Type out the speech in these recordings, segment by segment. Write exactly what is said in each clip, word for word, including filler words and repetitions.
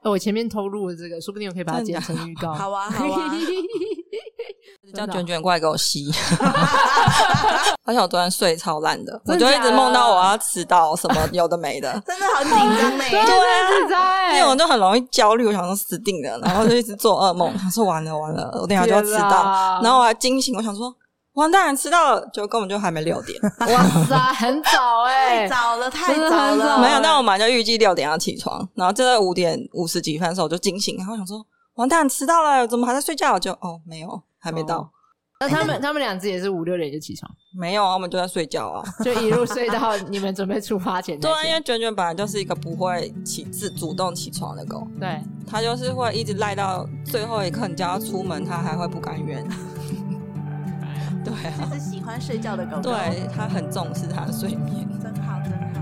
哦，我前面偷录了这个，说不定我可以把它剪成预告。 好啊好啊叫卷卷过来给我吸而且我昨天睡超烂的，我就一直梦到我要迟到什么有的没的真的很紧张欸对啊，紧张欸， 因为我就很容易焦虑，我想说死定了，然后就一直做噩梦，想说完了完了我等一下就要迟到，然后我还惊醒，我想说完蛋迟到了，就根本就还没六点哇塞很早欸太早了太早了没有，但我们就预计六点要起床，然后这在五点五十几分的时候我就惊醒，然后想说完蛋迟到了，怎么还在睡觉，就哦没有还没到、哦、 那他们他们两只也是五六点就起床？ 没有，他们就在睡觉啊， 就一路睡到你们准备出发前。 对啊，因为卷卷本来就是一个不会起自主动起床的狗， 对， 他就是会一直赖到最后一刻，你叫他出门他还会不甘愿对啊， 就是喜欢睡觉的狗狗， 对，他很重视他的睡眠， 真好真好。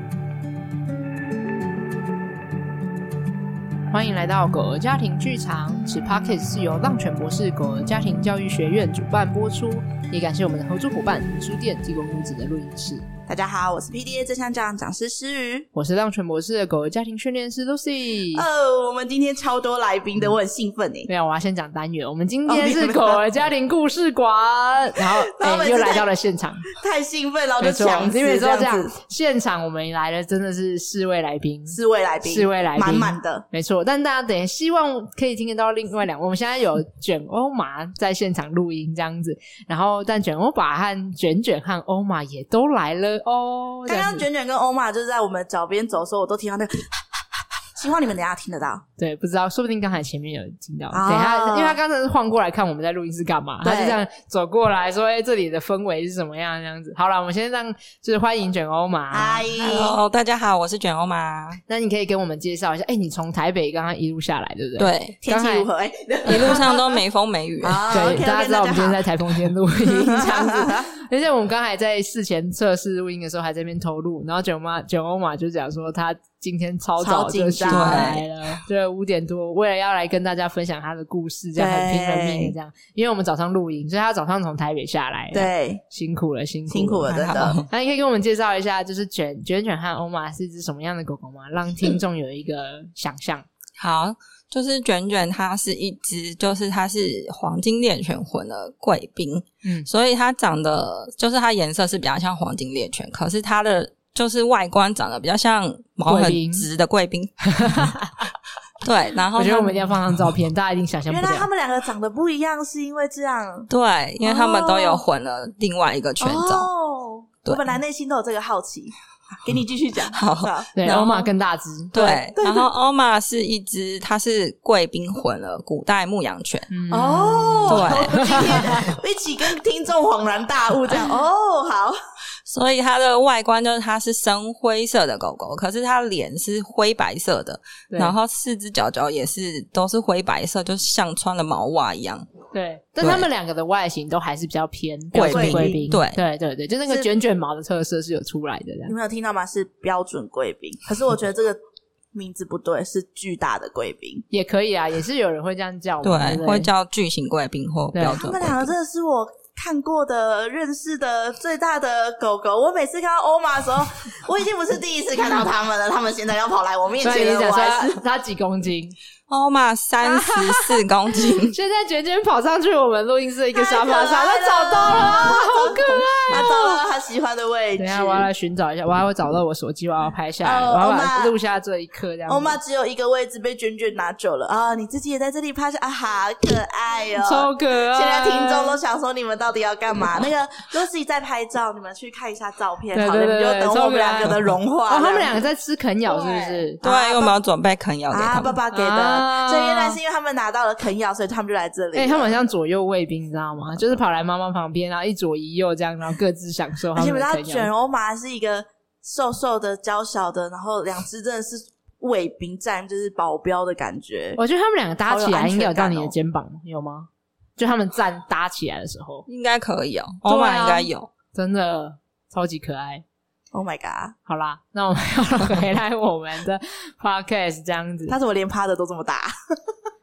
欢迎来到狗儿家庭剧场，此 Podcast 是由浪犬博士狗儿家庭教育学院主办播出，也感谢我们的合作伙伴云书店提供屋子的录音室。 大家好，我是 P D A 正向教养讲师诗瑜， 我是浪犬博士的狗儿家庭训练师 Lucy。 哦，我们今天超多来宾的，我很兴奋耶。 没有，我要先讲单元。我们今天是狗儿家庭故事馆，然后哎、欸、又来到了现场， 太兴奋，然后就抢因为说这样，现场我们来了真的是四位来宾， 四位来宾， 四位来宾， 满满的， 没错。但大家等一下希望可以听得到另外两位，我们现在有卷欧玛在现场录音这样子，然后但卷欧玛和卷卷和欧玛也都来了哦。 刚刚卷卷跟欧玛就是在我们脚边走的时候，我都听到那个希望你们等一下听得到。 对，不知道，说不定刚才前面有听到、哦、等一下，因为他刚才是晃过来看我们在录音室干嘛，他就这样走过来说哎、欸，这里的氛围是什么样这样子。好了，我们先让就是欢迎卷欧玛。 嗨 Hello 大家好，我是卷欧玛。 那你可以跟我们介绍一下，哎、欸，你从台北刚刚一路下来对不对？ 对， 天气如何？哎， 一路上都没风没雨、 啊、 对、 okay, okay, 大家知道我们今天在台风天录音这样子而且我们刚才在事前测试录音的时候还在那边偷录，然后卷欧玛卷欧玛就讲说他今天超早就起来了，对，五点多，为了要来跟大家分享他的故事，这样很拼了命的这样。因为我们早上录音，所以他早上从台北下来， 对， 辛苦了，辛苦了， 辛苦了，真的。 那你可以跟我们介绍一下，就是卷卷卷和欧玛是一只什么样的狗狗吗？让听众有一个想象。 好，就是卷卷它是一只，就是它是黄金猎犬混的贵宾，嗯，所以它长得就是它颜色是比较像黄金猎犬，可是它的就是外观长得比较像毛很直的贵宾对，然后我觉得我们一定要放上照片大家一定想象不了， 原来他们两个长得不一样是因为这样。 对，因为他们都有混了另外一个犬种哦，我本来内心都有这个好奇，给你继续讲。 好， 对，欧玛更大只。 对，对，然后欧玛是一只，它是贵宾混了古代牧羊犬。 嗯、哦， 对， 今天一起跟听众恍然大悟这样。哦，好。 所以它的外观就是它是深灰色的狗狗，可是它脸是灰白色的，然后四只脚脚也是都是灰白色，就像穿了毛袜一样。 对，但他们两个的外形都还是比较偏贵宾， 贵宾， 对对对对，就那个卷卷毛的特色是有出来的。 你没有听到吗？是标准贵宾，可是我觉得这个名字不对，是巨大的贵宾也可以啊，也是有人会这样叫嘛， 对, 对, 对， 会叫巨型贵宾或标准贵宾。 他们两个真的是我看过的认识的最大的狗狗，我每次看到欧玛的时候我已经不是第一次看到他们了他们现在要跑来我面前了，我还是他几公斤？ 欧玛三十四公斤现在卷卷跑上去我们录音室的一个沙发上，他找到了，好可爱、哦、 他找到了他喜欢的位置。 等一下我要来寻找一下，我还会找到我手机，我要拍下来、哦、我要把录下这一刻这样。 欧玛只有一个位置被卷卷拿走了啊！你自己也在这里拍下啊，好可爱哦， 超可爱。 现在听众都想说你们到底要干嘛？那个 Lucy 在拍照，你们去看一下照片。 对对对对， 好的，你就等我们两个的融化。 哦，他们两个在吃啃咬是不是？ 对，因为我们要准备啃咬给他们、 啊、爸爸给的、啊、所以原来是因为他们拿到了啃咬，所以他们就来这里。 哎、欸，他们好像左右卫兵，你知道吗？就是跑来妈妈旁边，然后一左一右这样，然后各自享受他们的啃咬。而且你知道卷欧玛是一个瘦瘦的娇小的，然后两只真的是卫兵站，就是保镖的感觉。 我觉得他们两个搭起来应该有到你的肩膀、哦、有吗？就他们站搭起来的时候应该可以哦，欧玛、啊、应该有， 真的超级可爱。 Oh my god！ 好啦，那我们要回来我们的 podcast 这样子。 他怎么连趴的都这么大？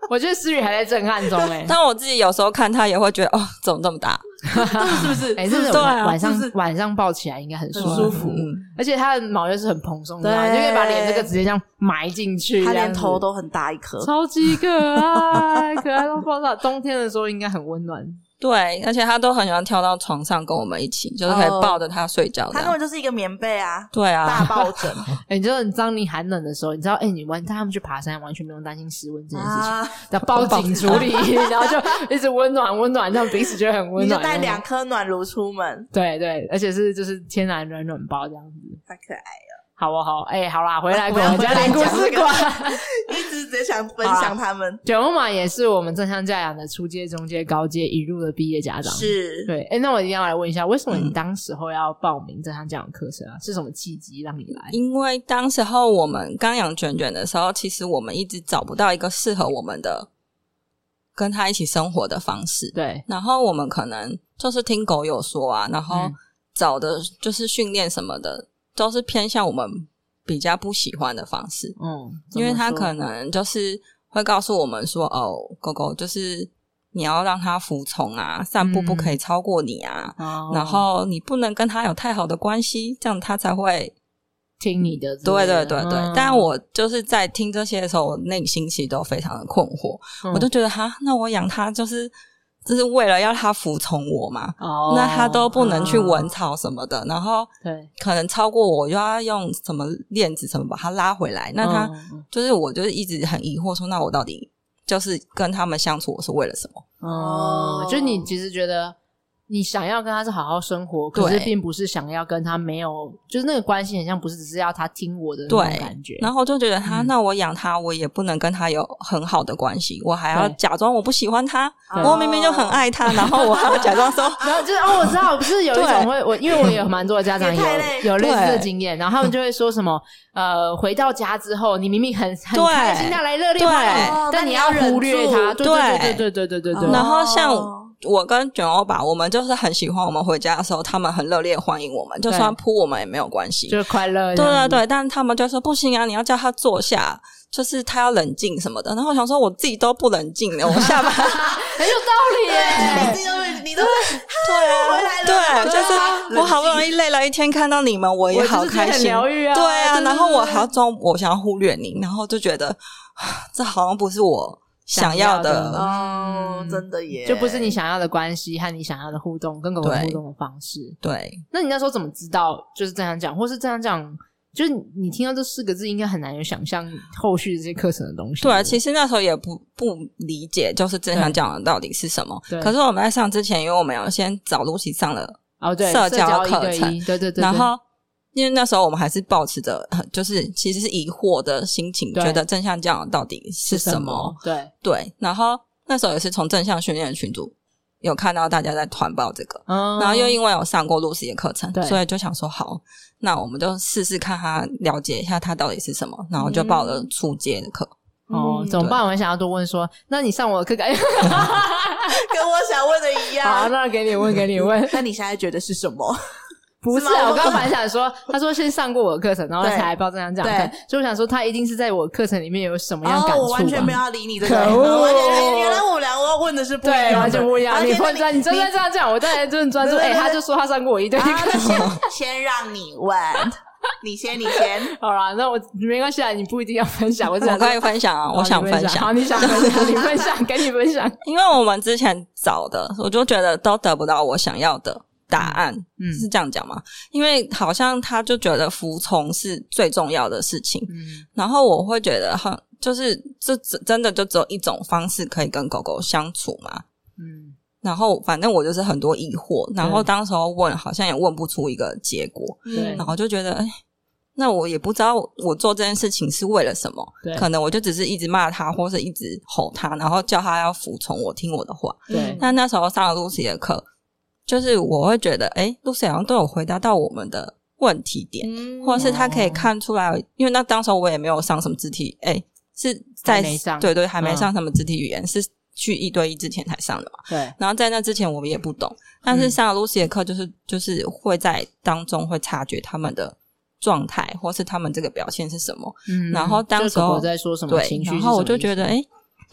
我觉得思雨还在震撼中哎、欸， 但我自己有时候看他也会觉得哦，怎么这么大？ 是不是？ 哎、欸，真的对啊， 晚上是晚上抱起来应该很舒服， 很舒服嗯， 而且它的毛又是很蓬松的， 对你就可以把脸这个直接这样埋进去， 它连头都很大一颗， 超级可爱，可爱到爆炸。冬天的时候应该很温暖。 对，而且他都很喜欢跳到床上跟我们一起，就是可以抱着他睡觉。 他根本就是一个棉被啊， 对啊， 大抱枕。 哎、欸，你知道，你当你寒冷的时候，你知道，哎、欸，你完带他们去爬山，完全不用担心失温这件事情， 啊、 要抱紧处理，然后就一直温暖温暖，让彼此觉得很温暖。 你就带两颗暖炉出门， 对对，而且是就是天然暖暖包这样子， 太可爱了。 好不好？哎、欸，好啦，回来跟我们家庭故事馆， 一直只想分享他们。 九欧玛也是我们正向教养的初阶、中阶、高阶一路的毕业家长， 是对。哎、欸，那我一定要来问一下，为什么你当时候要报名正向教养课程啊？是什么契机让你来？ 因为当时候我们刚养卷卷的时候，其实我们一直找不到一个适合我们的跟他一起生活的方式。 对， 然后我们可能就是听狗友说啊，然后找的就是训练什么的。都是偏向我们比较不喜欢的方式， 嗯， 因为他可能就是会告诉我们说，哦，狗狗就是你要让它服从啊，散步不可以超过你啊，嗯、然后你不能跟它有太好的关系，这样它才会听你的。 对对对对， 嗯、 但我就是在听这些的时候，我内心其实都非常的困惑，嗯、我就觉得哈，那我养它就是就是为了要它服从我嘛， 哦， 那它都不能去闻草什么的，哦、然后对， 可能超过我又要用什么链子什么把它拉回来，那它、嗯、就是我就是一直很疑惑说，那我到底就是跟他们相处我是为了什么？ 哦，就你其实觉得你想要跟他是好好生活，可是并不是想要跟他没有，就是那个关系很像不是只是要他听我的那种感觉。 然后我就觉得他、嗯、那我养他我也不能跟他有很好的关系，我还要假装我不喜欢他，我明明就很爱他，然后我还要假装说然后就是哦我知道不是有一种会我因为我也有蛮多的家长有有类似的经验，然后他们就会说什么呃回到家之后你明明很很开心要来热烈欢迎，但你要忽略他，对对对对对对对对。 然后像我跟卷欧吧，我们就是很喜欢我们回家的时候他们很热烈欢迎我们，就算扑我们也没有关系， 就是快乐。 对对对，但他们就说不行啊，你要叫他坐下，就是他要冷静什么的。然后我想说我自己都不冷静了，我下班很有道理耶， 你你都对啊，对，就是我好不容易累了一天，看到你们我也好开心， 疗愈啊， 对啊，然后我还要装我想要忽略你，然后就觉得这好像不是我想要的, 要的哦、嗯，真的耶， 就不是你想要的关系和你想要的互动，跟狗狗互动的方式。 对， 那你那时候怎么知道就是这样讲，或是这样讲？就是你听到这四个字，应该很难有想象后续这些课程的东西。 对啊，其实那时候也不不理解，就是正向讲的到底是什么。可是我们在上之前，因为我们有先找Lucy上了哦，对， 社交课程， 对对 对, 对。 然后因为那时候我们还是抱持着就是其实是疑惑的心情，觉得正向教养到底是什么？ 什么对对，然后那时候也是从正向训练的群组有看到大家在团报这个，嗯、然后又因为有上过Lucy的课程，所以就想说好，那我们就试试看他了解一下他到底是什么，然后就报了初阶的课。 嗯、哦，怎么办？我很想要多问说，那你上我的课感觉跟我想问的一样。 好，那给你问，给你问。 那你现在觉得是什么？ 不是啊，我刚刚本来想说，他说先上过我的课程，然后才来报这样讲课，所以我想说他一定是在我的课程里面有什么样感触吧、 哦、我完全没有要理你这个， 可恶！ 原来我们两个问的是不一样的， 对，完全不一样。你混专，你真的这样讲，我当然真的专注。哎、欸，他就说他上过我一堆课程、 啊，先先让你问。你先，你先。 好啦，那我没关系啊，你不一定要分享，我只我可以分享啊，我想分享。 好，你想分享，你分享，给你分享。 因为我们之前找的，我就觉得都得不到我想要的答案，嗯，是这样讲吗？因为好像他就觉得服从是最重要的事情，嗯，然后我会觉得哈，就是这真的就只有一种方式可以跟狗狗相处嘛，嗯。然后反正我就是很多疑惑，然后当时候问好像也问不出一个结果，对，然后就觉得哎，那我也不知道我做这件事情是为了什么，对，可能我就只是一直骂他或是一直吼他，然后叫他要服从我听我的话，对。但那时候上了 Lucy 的课，就是我会觉得哎 Lucy 好像都有回答到我们的问题点，嗯，或者是他可以看出来，因为那当时候我也没有上什么肢体，哎，是在对对还没上什么肢体语言，嗯，是去一对一之前才上的嘛，对。然后在那之前我们也不懂，但是上了 Lucy 的课，就是就是会在当中会察觉他们的状态，或是他们这个表现是什么。嗯。然后当时候在说什么情绪， 然后我就觉得，哎，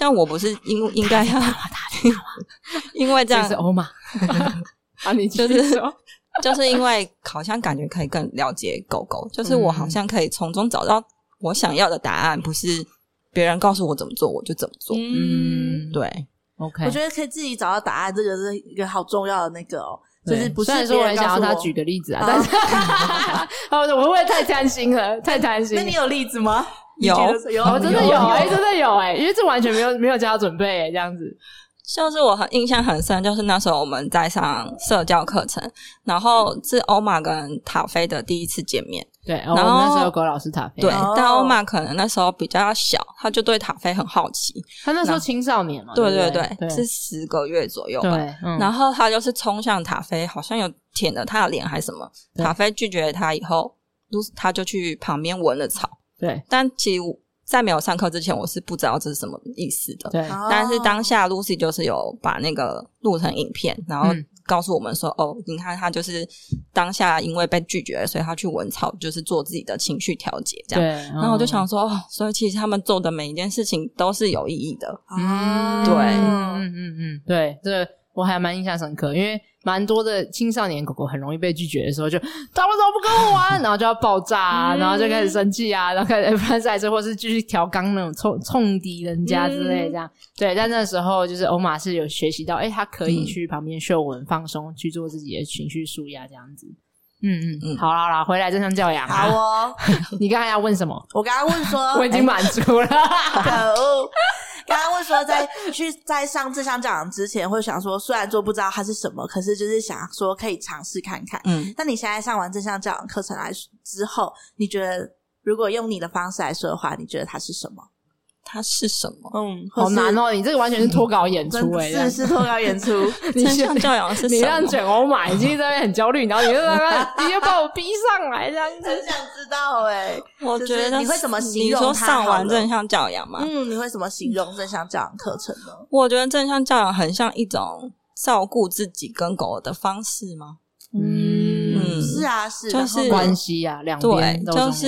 但我不是应应该要因为这样这是欧玛啊，你继续说。 就是因为好像感觉可以更了解狗狗，就是我好像可以从中找到我想要的答案，不是别人告诉我怎么做我就怎么做。 嗯， 对 ，OK， 我觉得可以自己找到答案，这个是一个好重要的那个哦。就是不是虽然说我很想要他举个例子啊，但是我会不会太贪心了？太贪心。 那你有例子吗？ 有有， 哦，真的有哎、欸，真的有哎、欸，因为这完全没有没有叫他准备哎、欸，这样子。 就是我很印象很深，就是那时候我们在上社交课程，然后是欧玛跟塔菲的第一次见面。 对，然后我们那时候有狗老师塔菲。 对， 哦、 但欧玛可能那时候比较小，他就对塔菲很好奇。 他那时候青少年嘛， 对对对对, 对， 是十个月左右吧。 对、嗯， 然后他就是冲向塔菲，好像有舔了他的脸还是什么。塔菲拒绝了他以后，他就去旁边闻了草。 对， 但其实在没有上课之前，我是不知道这是什么意思的。 对， 但是当下 Lucy 就是有把那个录成影片，然后告诉我们说、嗯、哦，你看他就是当下因为被拒绝了，所以他去闻草，就是做自己的情绪调节这样。 对， 然后我就想说、哦、所以其实他们做的每一件事情都是有意义的。 嗯， 对， 嗯嗯嗯，对，这个我还蛮印象深刻，因为蛮多的青少年狗狗很容易被拒绝的时候就他为什么不跟我玩，然后就要爆炸啊、嗯、然后就开始生气啊，然后开始翻赛车，或是继续调缸那种冲冲敌人家之类这样、嗯、对，但那时候就是欧玛是有学习到诶他可以去旁边嗅闻放松、嗯、去做自己的情绪抒压这样子。嗯嗯嗯，好啦好啦，回来正向教养、啊、 好哦。 你刚才要问什么？ 我刚刚问说我已经满足了可恶刚刚问说在去在上正向教养之前会想说虽然说不知道它是什么，可是就是想说可以尝试看看。嗯，那你现在上完正向教养课程来之后，你觉得如果用你的方式来说的话，你觉得它是什么？ 它是什么？ 嗯， 好难哦！你这个完全是脱稿演出诶、 欸，是是脱稿演出。 正向教养是什么？ 你让卷欧玛已经在那边很焦虑，然后你就让他，你就把我逼上来这样子。 很想知道诶、欸， 我觉得、就是、 你会怎么形容？ 你说上完正向教养吗？ 嗯，你会怎么形容正向教养课程呢？ 我觉得正向教养很像一种照顾自己跟狗的方式吗？ 嗯，嗯是啊，是就是关系啊，两边都重要。 就是。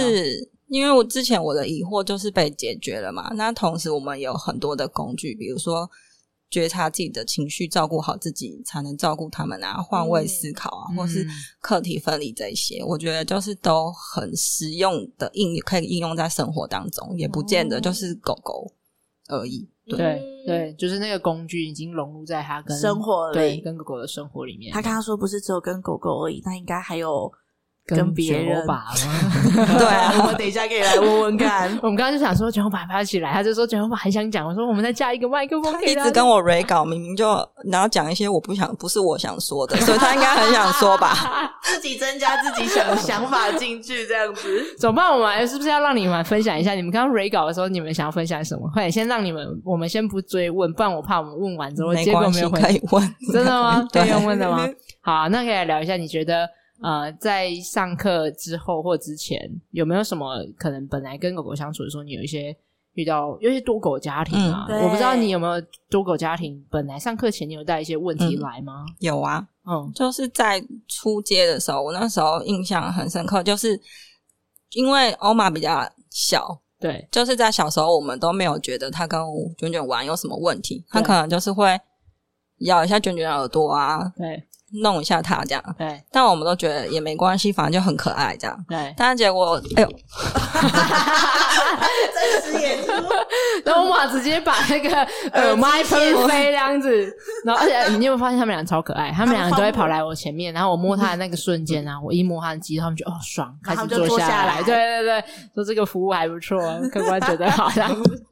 因为我之前我的疑惑就是被解决了嘛，那同时我们也有很多的工具，比如说觉察自己的情绪，照顾好自己才能照顾他们啊，换位思考啊、嗯、或是课题分离这一些、嗯、我觉得就是都很实用的应可以应用在生活当中，也不见得就是狗狗而已。 对对对，就是那个工具已经融入在他跟生活里， 对，跟狗狗的生活里面。 他刚刚说不是只有跟狗狗而已，那应该还有跟别人吧。 对啊，我们等一下可以来问问看。 我们刚刚就想说卷红把拍起来，他就说卷红把很想讲，我说我们再加一个麦克风， 他一直跟我 re 稿，明明就然后讲一些我不想不是我想说的，所以他应该很想说吧。 自己增加自己想想法进去这样子。 怎么办？我们是不是要让你们分享一下你们刚刚 re 稿的时候你们想要分享什么？快点先让你们，我们先不追问，不然我怕我们问完之后结果没有回。 可以问。 真的吗？可以用问的吗？好，那可以来聊一下，你觉得呃，在上课之后或之前有没有什么可能本来跟狗狗相处的时候你有一些遇到有一些多狗家庭啊、嗯、我不知道你有没有多狗家庭本来上课前你有带一些问题来吗？ 嗯、有啊， 嗯， 就是在初阶的时候，我那时候印象很深刻，就是因为欧玛比较小， 对， 就是在小时候我们都没有觉得他跟卷卷玩有什么问题，他可能就是会咬一下卷卷的耳朵啊， 对， 弄一下它这样， 对， 但我们都觉得也没关系，反正就很可爱这样， 对。 但是结果，哎呦， 真实演出， 然后我妈直接把那个耳麦喷飞这样子，然后而且你有没有发现他们俩超可爱？他们两个都会跑来我前面，然后我摸他的那个瞬间啊，我一摸他的肌肉，他们就哦爽，开始坐下来，对对对，说这个服务还不错，客观觉得好这样子。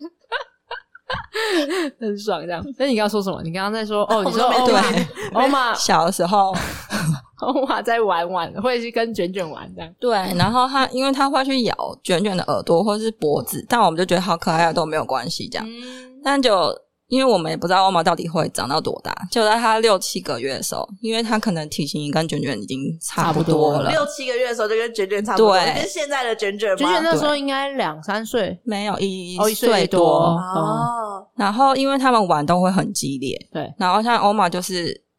很爽这样。那你刚刚说什么？你刚刚在说哦，你说欧玛，欧玛小的时候， 欧玛在玩玩，会去跟卷卷玩这样。 对，然后他因为他会去咬卷卷的耳朵或是脖子，但我们就觉得好可爱啊，都没有关系这样。嗯、但就因为我们也不知道欧玛到底会长到多大，就在他六七个月的时候，因为他可能体型跟卷卷已经差不多了， 六七个月的时候就跟卷卷差不多， 对， 跟现在的卷卷吗？ 卷卷那时候应该两三岁， 没有一哦一岁多哦。然后因为他们玩都会很激烈， 对， 然后像欧玛就是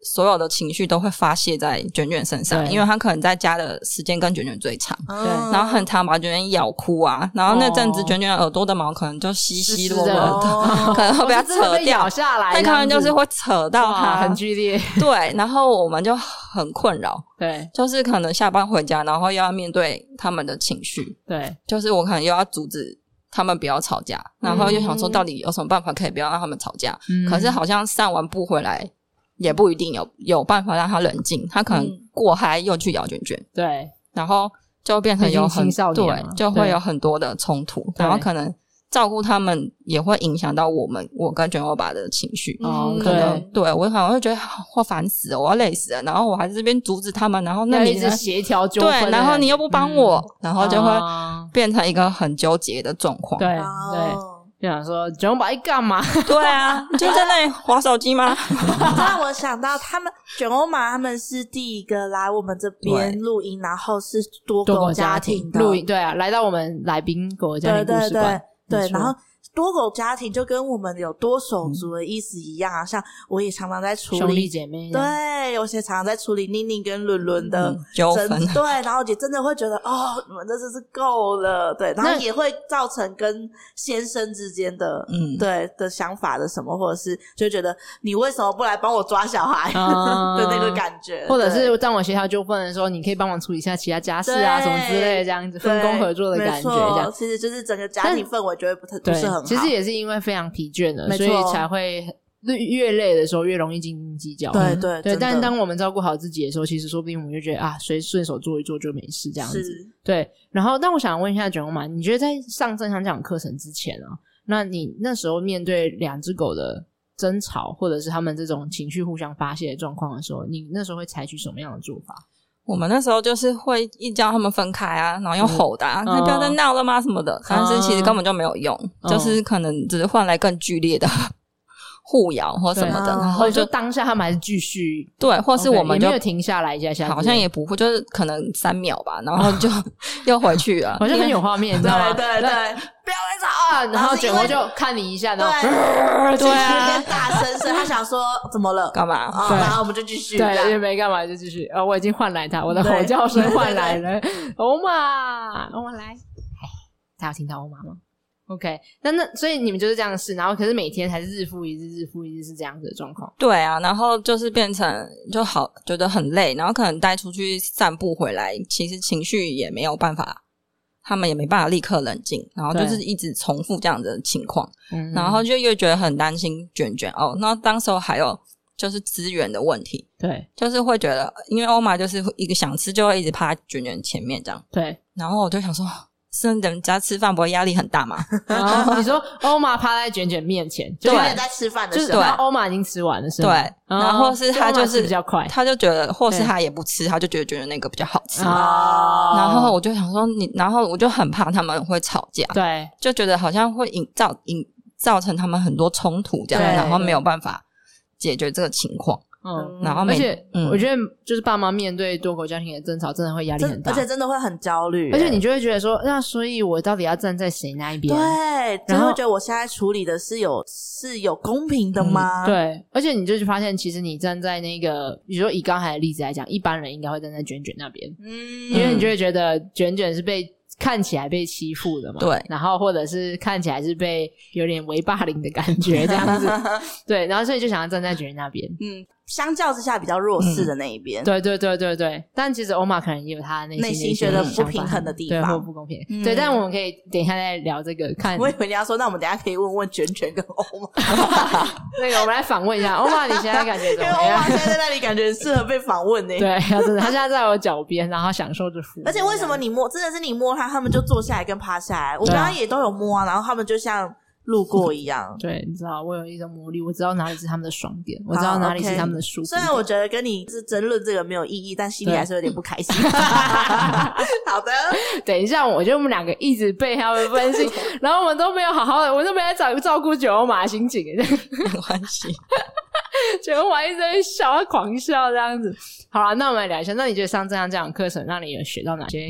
所有的情绪都会发泄在卷卷身上，因为他可能在家的时间跟卷卷最长，对，然后很常把卷卷咬哭啊，然后那阵子卷卷耳朵的毛可能就稀稀落落的，哦、可能会被他扯掉下来， 那可能就是会扯到他， 很剧烈。 对，然后我们就很困扰， 对， 就是可能下班回家，然后又要面对他们的情绪， 对， 就是我可能又要阻止他们不要吵架，然后又想说到底有什么办法可以不要让他们吵架，嗯、可是好像散完步回来也不一定有有办法让他冷静，他可能过嗨又去咬卷卷， 嗯、对， 然后就变成有很对，就会有很多的冲突，然后可能照顾他们也会影响到我们我跟卷欧爸的情绪， 哦， 可能 对, 对我可能会觉得我烦死了，我要累死了，然后我还在这边阻止他们，然后那你一直协调纠纷， 对，然后你又不帮我、嗯、然后就会变成一个很纠结的状况， 对对，就想说卷欧爸你干嘛？ 对啊，你就在那里滑手机吗？ 让我想到他们卷欧妈他们是第一个来我们这边录音，然后是多狗家庭的录音，对啊，来到我们来宾狗家庭故事馆， 对对对，然后多狗家庭就跟我们有多手足的意思一样啊、嗯、像我也常常在处理兄弟姐妹， 对，有些常常在处理妮妮跟伦伦的纠纷、嗯、 对，然后也真的会觉得哦你们这真是够了，对，然后也会造成跟先生之间的嗯对的想法的什么，或者是就觉得你为什么不来帮我抓小孩、嗯、的那个感觉， 或者是当我协调纠纷的时候你可以帮忙处理一下其他家事啊什么之类的，这样子分工合作的感觉，这样其实就是整个家庭氛围就会不太不是很好， 其实也是因为非常疲倦了，所以才会越累的时候越容易斤斤计较。 对对对，但当我们照顾好自己的时候，其实说不定我们就觉得啊，随顺手做一做就没事这样子。对，然后但我想问一下卷欧妈，你觉得在上正向教养课程之前啊，那你那时候面对两只狗的争吵，或者是他们这种情绪互相发泄的状况的时候，你那时候会采取什么样的做法？ 我们那时候就是会一叫他们分开啊，然后用吼的啊，那、嗯、不要再闹了吗什么的、嗯、但是其实根本就没有用、嗯、就是可能只是换来更剧烈的互咬或什么的，然后就当下他们还是继续对，或是我们就也没有停下来一下下， 好像也不会，就是可能三秒吧，然后就又回去了， 好像很有画面，你知道吗？ 对对对，不要再吵啊！ 然后卷欧就看你一下，然后对对啊， 大声声，他想说怎么了？ 干嘛？ 哦、然后我们就继续， 对，也没干嘛，就继续。呃、哦，我已经换来他，我的吼叫声换来了。欧妈，欧妈来，他有听到欧妈吗？OK， 那那所以你们就是这样的事，然后可是每天还是日复一日，日复一日是这样子的状况。 对啊，然后就是变成就好觉得很累，然后可能带出去散步回来，其实情绪也没有办法，他们也没办法立刻冷静，然后就是一直重复这样的情况，然后就又觉得很担心卷卷哦。那当时候还有就是资源的问题， 对， 就是会觉得，因为欧玛就是一个想吃就会一直趴卷卷前面这样， 对， 然后我就想说。是人家吃饭不会压力很大吗？ 哦、你说欧玛趴在卷卷面前， 就是在吃饭的时候， 就是欧玛已经吃完了，是吗？ 对，哦、然后是他就是比较快， 他就觉得，或是他也不吃，他就觉得觉得那个比较好吃。哦、然后我就想说你，然后我就很怕他们会吵架， 对， 就觉得好像会引造引造成他们很多冲突这样，然后没有办法解决这个情况。 嗯，然后而且、嗯、我觉得就是爸妈面对多口家庭的争吵真的会压力很大， 而且真的会很焦虑， 而且你就会觉得说那所以我到底要站在谁那一边？ 对，然后觉得我现在处理的是有是有公平的吗、 嗯、对，而且你就发现其实你站在那个比如说以刚才的例子来讲，一般人应该会站在卷卷那边，嗯，因为你就会觉得卷卷是被看起来被欺负的嘛， 对， 然后或者是看起来是被有点微霸凌的感觉这样子对，然后所以就想要站在卷卷那边， 嗯，相较之下比较弱势的那一边、 嗯、对对对对对，但其实欧玛可能也有他的内心内心觉得不平衡的地方， 对，或不公平、嗯、对，但我们可以等一下再聊这个看， 我以为你要说那我们等一下可以问问卷卷跟欧玛那个我们来访问一下欧玛你现在感觉怎么样？ 因为欧玛现在在那里感觉很适合被访问耶、 欸、对，真的他现在在我脚边然后享受着服务， 而且为什么你摸真的是你摸他他们就坐下来跟趴下来，我刚刚也都有摸啊，然后他们就像路过一样对，你知道我有一种魔力，我知道哪里是他们的爽点，我知道哪里是他们的舒服、 okay、虽然我觉得跟你是争论这个没有意义，但心里还是有点不开心好的， 等一下我觉得我们两个一直被他们分析然后我们都没有好好的，我都没来照照顾九欧玛的心情没关系九欧玛一直在笑，他狂笑这样子。好啦，那我们来聊一下，那你觉得上这样这样的课程让你有学到哪些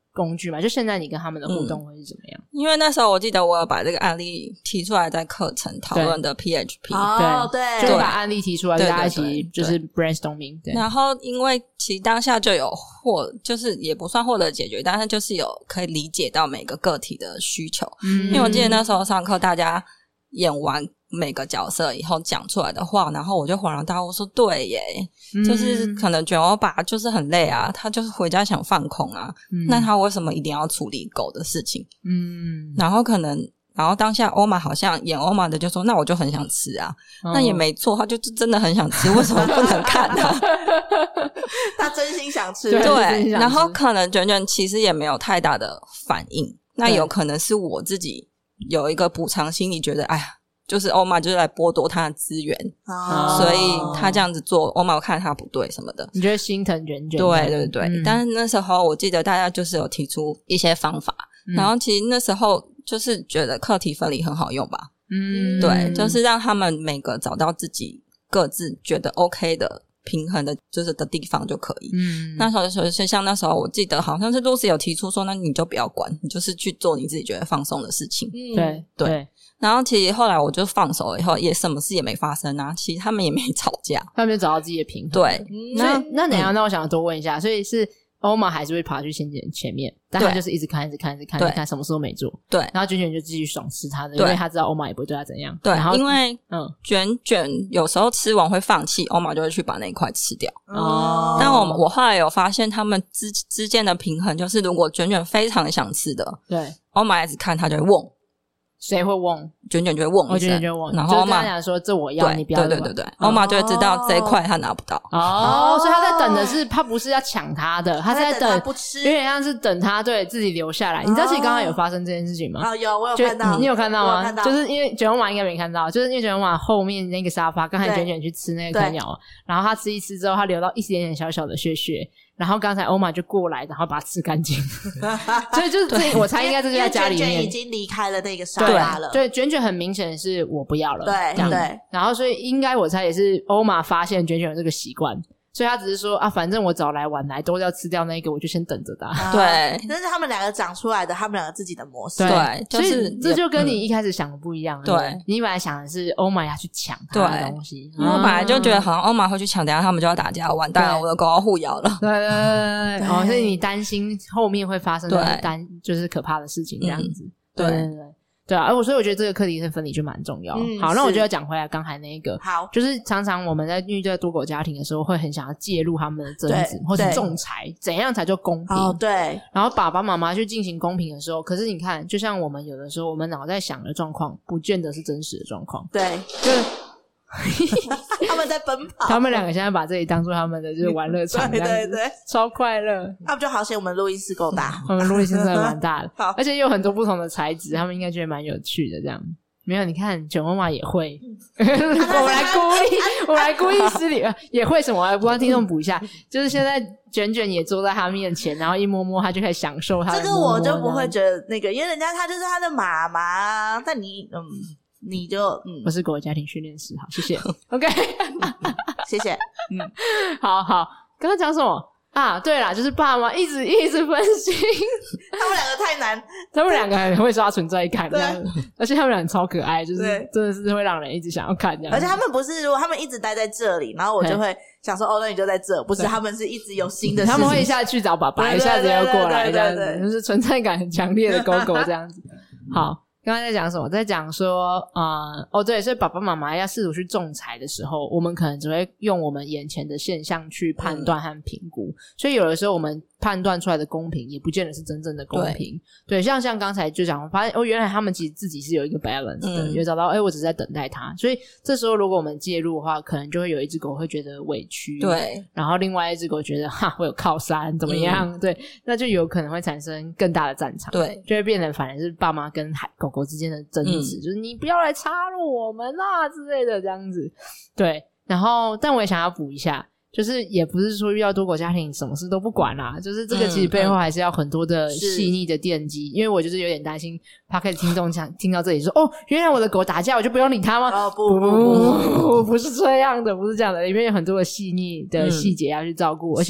工具嘛？就现在你跟他们的互动会是怎么样？ 嗯、因为那时候我记得我有把这个案例提出来在课程讨论的 P H P， 哦，对， 就把案例提出来，大家一起就是 brainstorming。 然后因为其实当下就有获，就是也不算获得解决，但是就是有可以理解到每个个体的需求。嗯，因为我记得那时候上课大家演完每个角色以后讲出来的话，然后我就恍然大悟说对耶、嗯、就是可能卷欧爸就是很累啊，他就是回家想放空啊、嗯、那他为什么一定要处理狗的事情？嗯，然后可能然后当下欧玛好像演欧玛的就说那我就很想吃啊、哦、那也没错，他就真的很想吃，为什么不能看呢、啊？ 他真心想吃， 对, 对，然后可能卷卷其实也没有太大的反应，那有可能是我自己有一个补偿心理，觉得哎呀就是欧玛就是来剥夺他的资源、哦、所以他这样子做欧玛我看他不对什么的， 你觉得心疼卷卷？ 对对对、嗯、但是那时候我记得大家就是有提出一些方法、嗯、然后其实那时候就是觉得课题分离很好用吧，嗯，对，就是让他们每个找到自己各自觉得 OK 的平衡的就是的地方就可以。嗯，那时候就像那时候我记得好像是 Lucy 有提出说那你就不要管，你就是去做你自己觉得放松的事情。 嗯，对对, 对。然后其实后来我就放手了以后也什么事也没发生啊，其实他们也没吵架， 他们就找到自己的平衡。 对、 嗯、那那等一下、嗯、那我想多问一下，所以是欧玛还是会爬去先前面，但他就是一直看一直看一直看一直看，什么事都没做。对，然后卷卷就继续爽吃他的，因为他知道欧玛也不会对他怎样。 对， 然后因为嗯，卷卷有时候吃完会放弃，欧玛就会去把那一块吃掉。哦，但我我后来有发现他们之之间的平衡，就是如果卷卷非常想吃的， 对， 欧玛一直看他就会问。 谁会问？ 卷卷就会问一声， 卷卷就问， 然后欧玛讲说这我要，你不要。 对对对对，欧玛就会知道这一块他拿不到。 哦，所以他在等的是，他不是要抢他的，他是在等不吃， 有点像是等他对自己留下来。你知道其实刚刚有发生这件事情吗？ 啊，有，我有看到， 你有看到吗？ 看到， 就是因为卷欧玛应该没看到，就是因为卷欧玛后面那个沙发，刚才卷卷去吃那个啃鸟，然后他吃一吃之后，他留到一点点小小的屑屑。然后刚才欧玛就过来，然后把它吃干净，所以就是这，我猜应该这就在家里面。 卷卷已经离开了那个沙发了， 对，卷卷很明显是我不要了， 对对。 然后所以应该我猜也是欧玛发现卷卷有这个习惯，所以他只是说啊，反正我早来晚来都要吃掉那个，我就先等着他。 啊、 对， 但是他们两个长出来的，他们两个自己的模式， 对， 就是、 所以这就跟你一开始想的不一样。 对， 对你本来想的是欧玛要去抢他的东西， 因为我本来就觉得好像欧玛会去抢，等一下他们就要打架，完蛋了，我的狗要互咬了。 对对对对对，哦，所以你担心后面会发生的担就是可怕的事情这样子。嗯、对对对。对啊，所以我觉得这个课题的分离就蛮重要。嗯、好，那我就要讲回来刚才那一个， 好， 就是常常我们在遇到多狗家庭的时候，会很想要介入他们的争执或是仲裁，怎样才叫公平？ 哦，对。 然后爸爸妈妈去进行公平的时候，可是你看，就像我们有的时候，我们脑袋想的状况，不见得是真实的状况。 对， 就他们在奔跑， 他们两个现在把这里当做他们的就是玩乐场， 对对对， 超快乐。 他们就好险我们录音室够大， 我们录音室真的蛮大的，而且有很多不同的材质，他们应该觉得蛮有趣的。这样没有？你看卷妈妈也会，我们来故意，我们来故意失礼，也会什么？我帮听众补一下，就是现在卷卷也坐在他面前，然后一摸摸他就可以享受他的摸摸。 这个我就不会觉得那个，因为人家他就是他的妈妈，但你嗯。你就嗯， 我是狗家庭训练师，好，谢谢。OK， 谢谢。 嗯，好好，刚刚讲什么啊？对啦，就是爸妈一直一直分析， 他们两个太难， 他们两个很会刷存在感，这样，而且他们俩超可爱，就是真的是会让人一直想要看这样。 而且他们不是，如果他们一直待在这里，然后我就会想说，哦，那你就在这，不是，他们是一直有新的事情， 他们会一下去找爸爸，一下子又过来，这样子，就是存在感很强烈的狗狗这样子。好。刚刚在讲什么？在讲说呃哦对，所以爸爸妈妈要试图去仲裁的时候，我们可能只会用我们眼前的现象去判断和评估、嗯、所以有的时候我们判断出来的公平也不见得是真正的公平。 对, 对像像刚才就讲发现哦，原来他们其实自己是有一个 balance 的，有、嗯、找到哎，我只是在等待他。所以这时候如果我们介入的话，可能就会有一只狗会觉得委屈， 对， 然后另外一只狗觉得哈我有靠山怎么样、嗯、对，那就有可能会产生更大的战场， 对， 就会变成反而是爸妈跟狗狗之间的争执、嗯、就是你不要来插入我们啦之类的这样子。对，然后但我也想要补一下，就是也不是说遇到多狗家庭什么事都不管啦，就是这个其实背后还是要很多的细腻的奠基、嗯嗯、因为我就是有点担心 Podcast 听众想听到这里说哦，原来我的狗打架我就不用理它吗？ 哦不不不不不是这样的，不是这样的，里面有很多的细腻的细节要去照顾、嗯、而且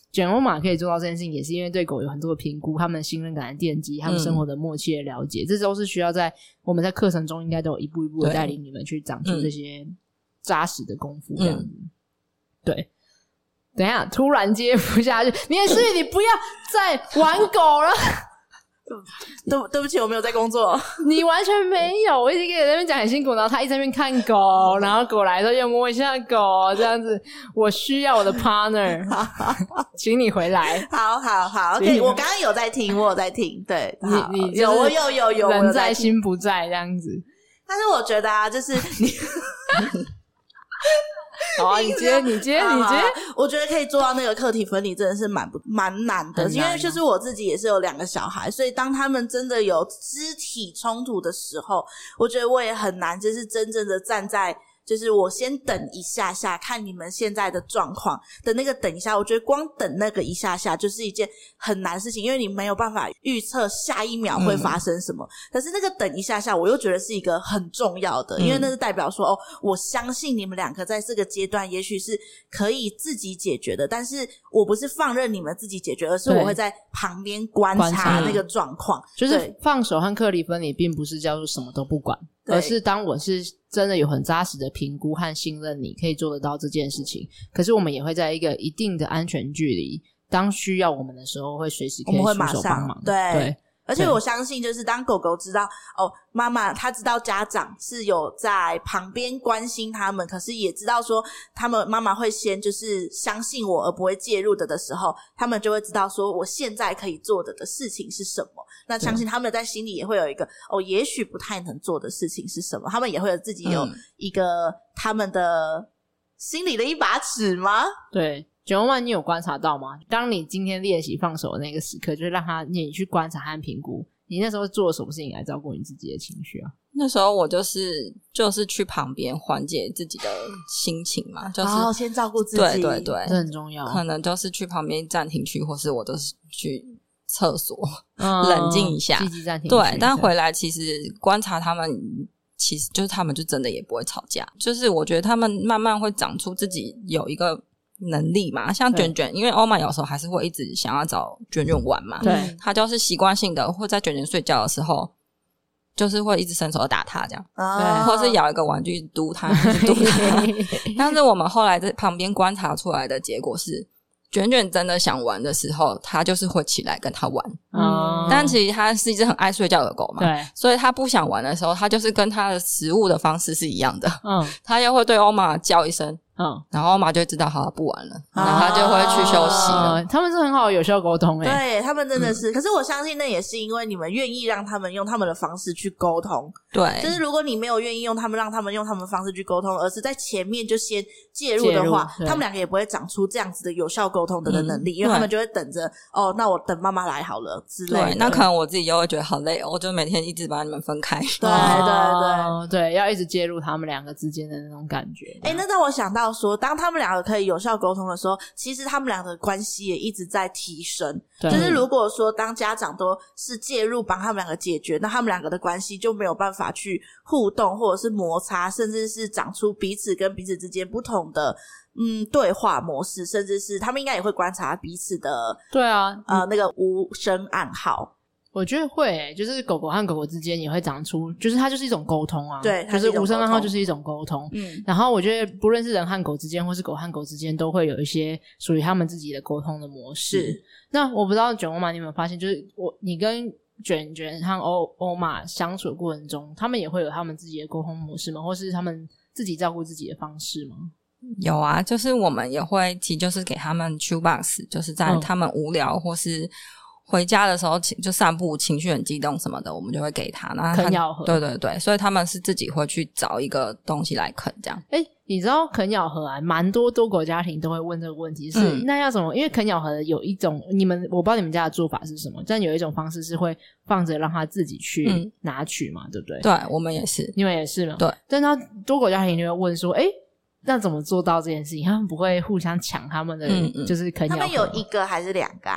卷欧玛可以做到这件事情，也是因为对狗有很多的评估，他们信任感的奠基，他们生活的默契的了解、嗯、这都是需要在我们在课程中应该都有一步一步的带领你们去长出这些扎实的功夫这样子、嗯、对。等一下突然接不下去，你也是你不要再玩狗了对对不起我没有在工作你完全没有，我一直跟你在那边讲很辛苦，然后他一直在那边看狗，然后狗来的时候又摸一下狗这样子，我需要我的 partner 请你回来。 好好好 OK 我刚刚有在听我有在听对你你有我有有有人在心不在这样子。 但是我觉得啊就是你好啊，你接你接你接， 我觉得可以做到那个课题分离真的是蛮蛮难的，因为就是我自己也是有两个小孩，所以当他们真的有肢体冲突的时候，我觉得我也很难就是真正的站在就是我先等一下下看你们现在的状况的那个等一下，我觉得光等那个一下下就是一件很难的事情，因为你没有办法预测下一秒会发生什么、嗯、可是那个等一下下我又觉得是一个很重要的、嗯、因为那是代表说哦，我相信你们两个在这个阶段也许是可以自己解决的，但是我不是放任你们自己解决，而是我会在旁边观察那个状况， 就是放手和课题分离并不是叫做什么都不管，而是当我是真的有很扎实的评估和信任你可以做得到这件事情，可是我们也会在一个一定的安全距离，当需要我们的时候会随时可以出手帮忙。 对对，而且我相信就是当狗狗知道哦，妈妈他知道家长是有在旁边关心他们，可是也知道说他们妈妈会先就是相信我而不会介入的的时候，他们就会知道说我现在可以做的的事情是什么，那相信他们在心里也会有一个哦，也许不太能做的事情是什么，他们也会有自己有一个他们的心里的一把尺吗？ 对，九万你有观察到吗？当你今天练习放手的那个时刻，就是让他你去观察和评估你那时候做了什么事情来照顾你自己的情绪啊？ 那时候我就是就是去旁边缓解自己的心情嘛，就是、 哦、先照顾自己， 对对对， 这很重要。 可能就是去旁边暂停区，或是我都是去厕所、嗯、冷静一下， 积极暂停。 对，但回来其实观察他们，其实就是他们就真的也不会吵架，就是我觉得他们慢慢会长出自己有一个能力嘛，像卷卷，因为欧玛有时候还是会一直想要找卷卷玩嘛， 对， 他就是习惯性的会在卷卷睡觉的时候就是会一直伸手打他这样， 哦、 或是咬一个玩具嘟他嘟他但是我们后来在旁边观察出来的结果是卷卷真的想玩的时候他就是会起来跟他玩、嗯、但其实他是一只很爱睡觉的狗嘛， 对， 所以他不想玩的时候他就是跟他的食物的方式是一样的， 嗯， 他又会对欧玛叫一声， 嗯， 然后欧玛就会知道好不玩了、啊、然后他就会去休息了、 啊、他们是很好有效沟通耶， 对，他们真的是、嗯、可是我相信那也是因为你们愿意让他们用他们的方式去沟通， 对， 就是如果你没有愿意用他们让他们用他们的方式去沟通，而是在前面就先介入的话，他们两个也不会长出这样子的有效沟通的能力、嗯、因为他们就会等着哦，那我等妈妈来好了之类的， 对，那可能我自己又会觉得好累哦，我就每天一直把你们分开，对对对、哦、 对，要一直介入他们两个之间的那种感觉。 诶，那让我想到说当他们两个可以有效沟通的时候，其实他们两个的关系也一直在提升，就是如果说当家长都是介入帮他们两个解决，那他们两个的关系就没有办法去互动或者是摩擦，甚至是长出彼此跟彼此之间不同的嗯对话模式，甚至是他们应该也会观察彼此的对啊呃那个无声暗号。 我觉得会、欸、就是狗狗和狗狗之间也会长出，就是它就是一种沟通啊， 对， 就是无声暗号就是一种沟通。嗯，然后我觉得不论是人和狗之间或是狗和狗之间都会有一些属于他们自己的沟通的模式。 是， 那我不知道卷欧玛你有没有发现，就是我你跟卷卷和欧欧玛相处的过程中，他们也会有他们自己的沟通模式吗？或是他们自己照顾自己的方式吗？ 有啊，就是我们也会提，就是给他们 chew box， 就是在他们无聊或是回家的时候就散步情绪很激动什么的，我们就会给他，那啃咬盒， 对对对，所以他们是自己会去找一个东西来啃这样。 诶，你知道啃咬盒啊，蛮多多狗家庭都会问这个问题是、嗯、那要怎么，因为啃咬盒有一种你们我不知道你们家的做法是什么，但有一种方式是会放着让他自己去拿取嘛、嗯、对不对？ 对，我们也是， 你们也是吗？ 对， 但他多狗家庭就会问说，诶那怎么做到这件事情？他们不会互相抢他们的、嗯嗯、就是啃咬盒？ 他们有一个还是两个啊？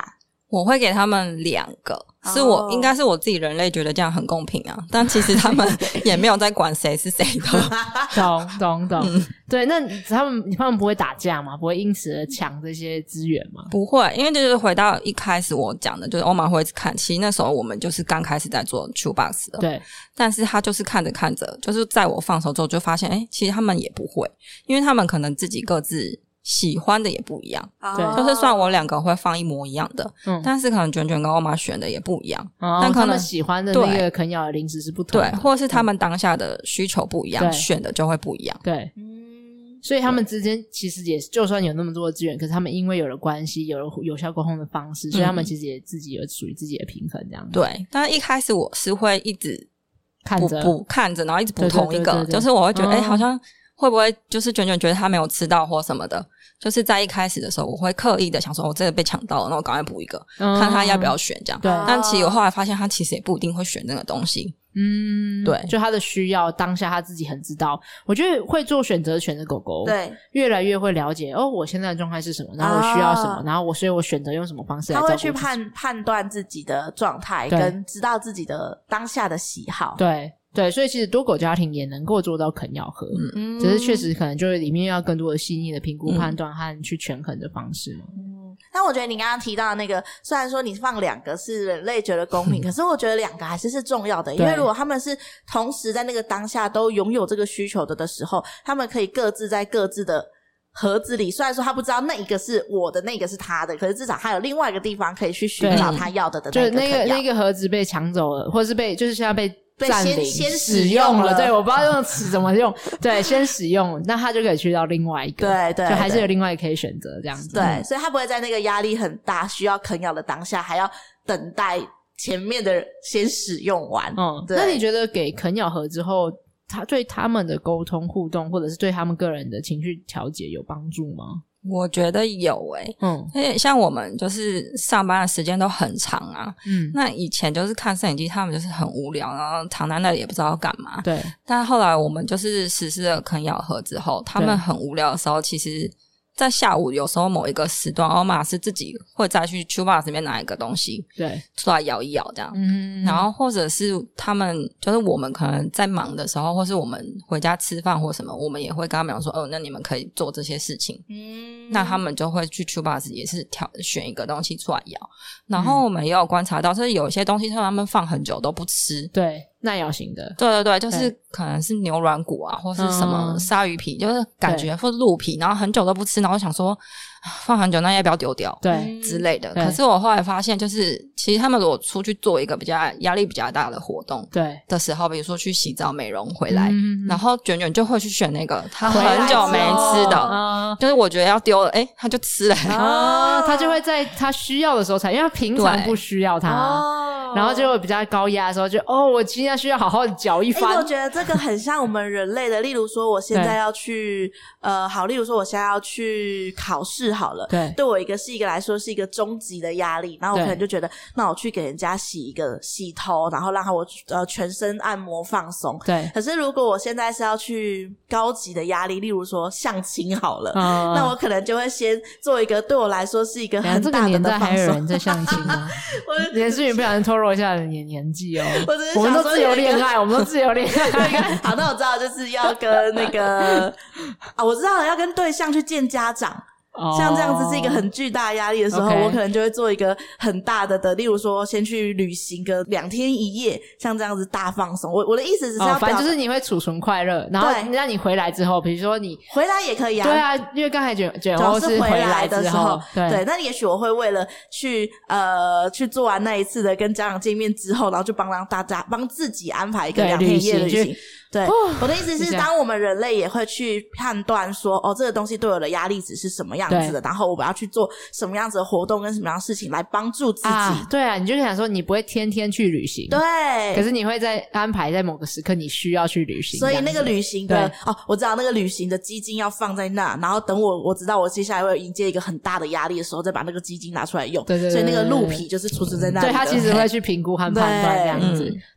我会给他们两个，是我、oh. 应该是我自己人类觉得这样很公平啊，但其实他们也没有在管谁是谁的。 懂懂懂、嗯、对，那他们他们不会打架吗？不会因此而抢这些资源吗？ 不会，因为就是回到一开始我讲的，就是欧玛会一直看，其实那时候我们就是刚开始在做 Chewbox 的， 对， 但是他就是看着看着，就是在我放手之后就发现诶其实他们也不会，因为他们可能自己各自喜欢的也不一样，对，就是算我两个会放一模一样的、嗯、但是可能卷卷跟欧玛选的也不一样、 哦、但可能他们喜欢的那个啃咬的零食是不同的， 对，或者是他们当下的需求不一样、嗯、选的就会不一样， 对，所以他们之间其实也就算有那么多的资源，可是他们因为有了关系，有了有效沟通的方式，所以他们其实也自己有属于自己的平衡这样子。 对，但是一开始我是会一直看着补看着，然后一直补同一个，对对对对对，就是我会觉得哎、嗯，好像会不会就是卷卷觉得他没有吃到或什么的，就是在一开始的时候我会刻意的想说我这个被抢到了，那我赶快补一个、嗯、看他要不要选这样。 对， 但其实我后来发现他其实也不一定会选那个东西。 嗯，对，就他的需要当下他自己很知道。我觉得会做选择选择狗狗， 对， 越来越会了解哦，我现在的状态是什么，然后我需要什么、啊、然后我所以我选择用什么方式来照顾自己， 他会去判判断自己的状态跟知道自己的当下的喜好。 对对，所以其实多狗家庭也能够做到啃咬合，嗯，只是确实可能就是里面要更多的细腻的评估、判断和去权衡的方式嘛。 嗯，但我觉得你刚刚提到的那个，虽然说你放两个是人类觉得公平，可是我觉得两个还是是重要的，因为如果他们是同时在那个当下都拥有这个需求的的时候，他们可以各自在各自的盒子里，虽然说他不知道那一个是我的，那个是他的，可是至少还有另外一个地方可以去寻找他要的的那个， 就那个那个盒子被抢走了，或是被就是现在被占领先先使用了，对，我不知道用词怎么用，对，先使用，那他就可以去到另外一个， 对对， 就还是有另外一个可以选择这样子， 对、嗯，所以他不会在那个压力很大需要啃咬的当下还要等待前面的先使用完。 嗯，那你觉得给啃咬盒之后，他对他们的沟通互动，或者是对他们个人的情绪调节有帮助吗？ 我觉得有诶、欸、嗯，因为像我们就是上班的时间都很长啊，嗯，那以前就是看摄影机，他们就是很无聊，然后躺在那里也不知道要干嘛， 对。 但后来我们就是实施了啃咬盒之后，他们很无聊的时候，其实在下午有时候某一个时段，欧玛是自己会再去 Chewbox 里面拿一个东西， 对， 出来摇一摇这样， 嗯， 然后或者是他们就是我们可能在忙的时候，或是我们回家吃饭或什么，我们也会跟他们讲说，哦，那你们可以做这些事情，嗯，那他们就会去 Chewbox 也是挑选一个东西出来摇，然后我们也有观察到，就是有一些东西他们放很久都不吃， 对。耐咬型的， 对对对，就是可能是牛软骨啊，或是什么鲨鱼皮，嗯、就是感觉或是鹿皮，然后很久都不吃，然后想说放很久，那要不要丢掉？ 对之类的。可是我后来发现，就是其实他们如果出去做一个比较压力比较大的活动， 对的时候，比如说去洗澡、美容回来，嗯、然后卷卷就会去选那个他很久没吃的，哦、就是我觉得要丢了，哎，他就吃了， 哦，他就会在他需要的时候才，因为他平常不需要它。哦然后就会比较高压的时候就哦我今天需要好好的嚼一番、 欸、我觉得这个很像我们人类的例如说我现在要去呃好例如说我现在要去考试好了， 对， 对我一个是一个来说是一个终极的压力，然后我可能就觉得那我去给人家洗一个洗头，然后让他我呃全身按摩放松， 对。 可是如果我现在是要去高级的压力，例如说相亲好了、嗯、那我可能就会先做一个对我来说是一个很大的的放松。这个年代还有人在相亲吗？连诗云不小心透露一下你年纪哦，我, 我们都自由恋爱，我们都自由恋爱。 好，那我知道就是要跟那个啊，我知道了，要跟对象去见家长。Oh, 像这样子是一个很巨大压力的时候、okay. 我可能就会做一个很大的的例如说先去旅行个两天一夜，像这样子大放松。我我的意思只是要、 哦、反正就是你会储存快乐，然后让你回来之后比如说你回来也可以啊， 对啊，因为刚才卷卷欧是回来的时候，对对，那也许我会为了去呃去做完那一次的跟家长见面之后，然后就帮让大家帮自己安排一个两天一夜的旅行。对、哦，我的意思是当我们人类也会去判断说哦这个东西对我的压力值是什么样子的，然后我们要去做什么样子的活动跟什么样的事情来帮助自己、啊、 对啊，你就想说你不会天天去旅行， 对， 可是你会在安排在某个时刻你需要去旅行， 所以那个旅行的哦，我知道那个旅行的基金要放在那，然后等我我知道我接下来会迎接一个很大的压力的时候再把那个基金拿出来用， 对对对对， 所以那个鹿皮就是储存在那里的， 对，他其实会去评估和判断这样子，对啊。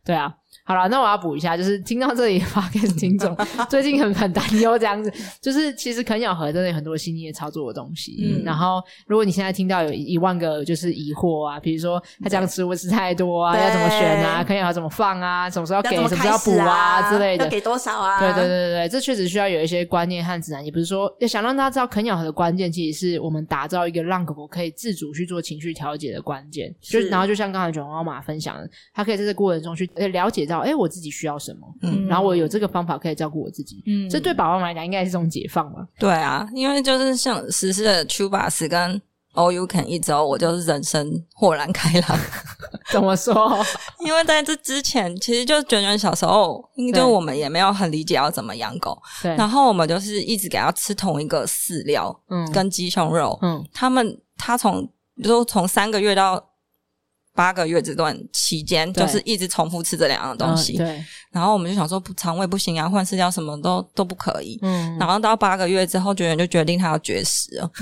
好了，那我要补一下，就是听到这里的 podcast 听众最近很很担忧这样子，就是其实啃咬合真的有很多细腻的操作的东西、嗯、然后如果你现在听到有一万个就是疑惑啊，比如说他这样吃会吃太多啊，要怎么选啊，啃咬合怎么放啊，什么时候要给要什么时候要补啊之类的， 要给多少啊， 对对对对对，这确实需要有一些观念和指南，也不是说要想让大家知道啃咬合的关键其实是我们打造一个让狗狗可以自主去做情绪调节的关键，就然后就像刚才卷毛马分享的，他可以在这个过程中去了解到诶我自己需要什么，嗯，然后我有这个方法可以照顾我自己，嗯，这对爸爸妈妈来讲应该是一种解放吧。 对啊，因为就是像实施了 Chewbacca 跟 All You Can Eat 之后，我就是人生豁然开朗。 怎么说？ 因为在这之前其实就卷卷小时候就我们也没有很理解要怎么养狗，对，然后我们就是一直给它吃同一个饲料，嗯，跟鸡胸肉，嗯，他们他从就从三个月到八个月这段期间就是一直重复吃这两样东西、嗯、对，然后我们就想说肠胃不行啊，换饲料什么都都不可以，嗯，然后到八个月之后卷卷就决定他要绝食了。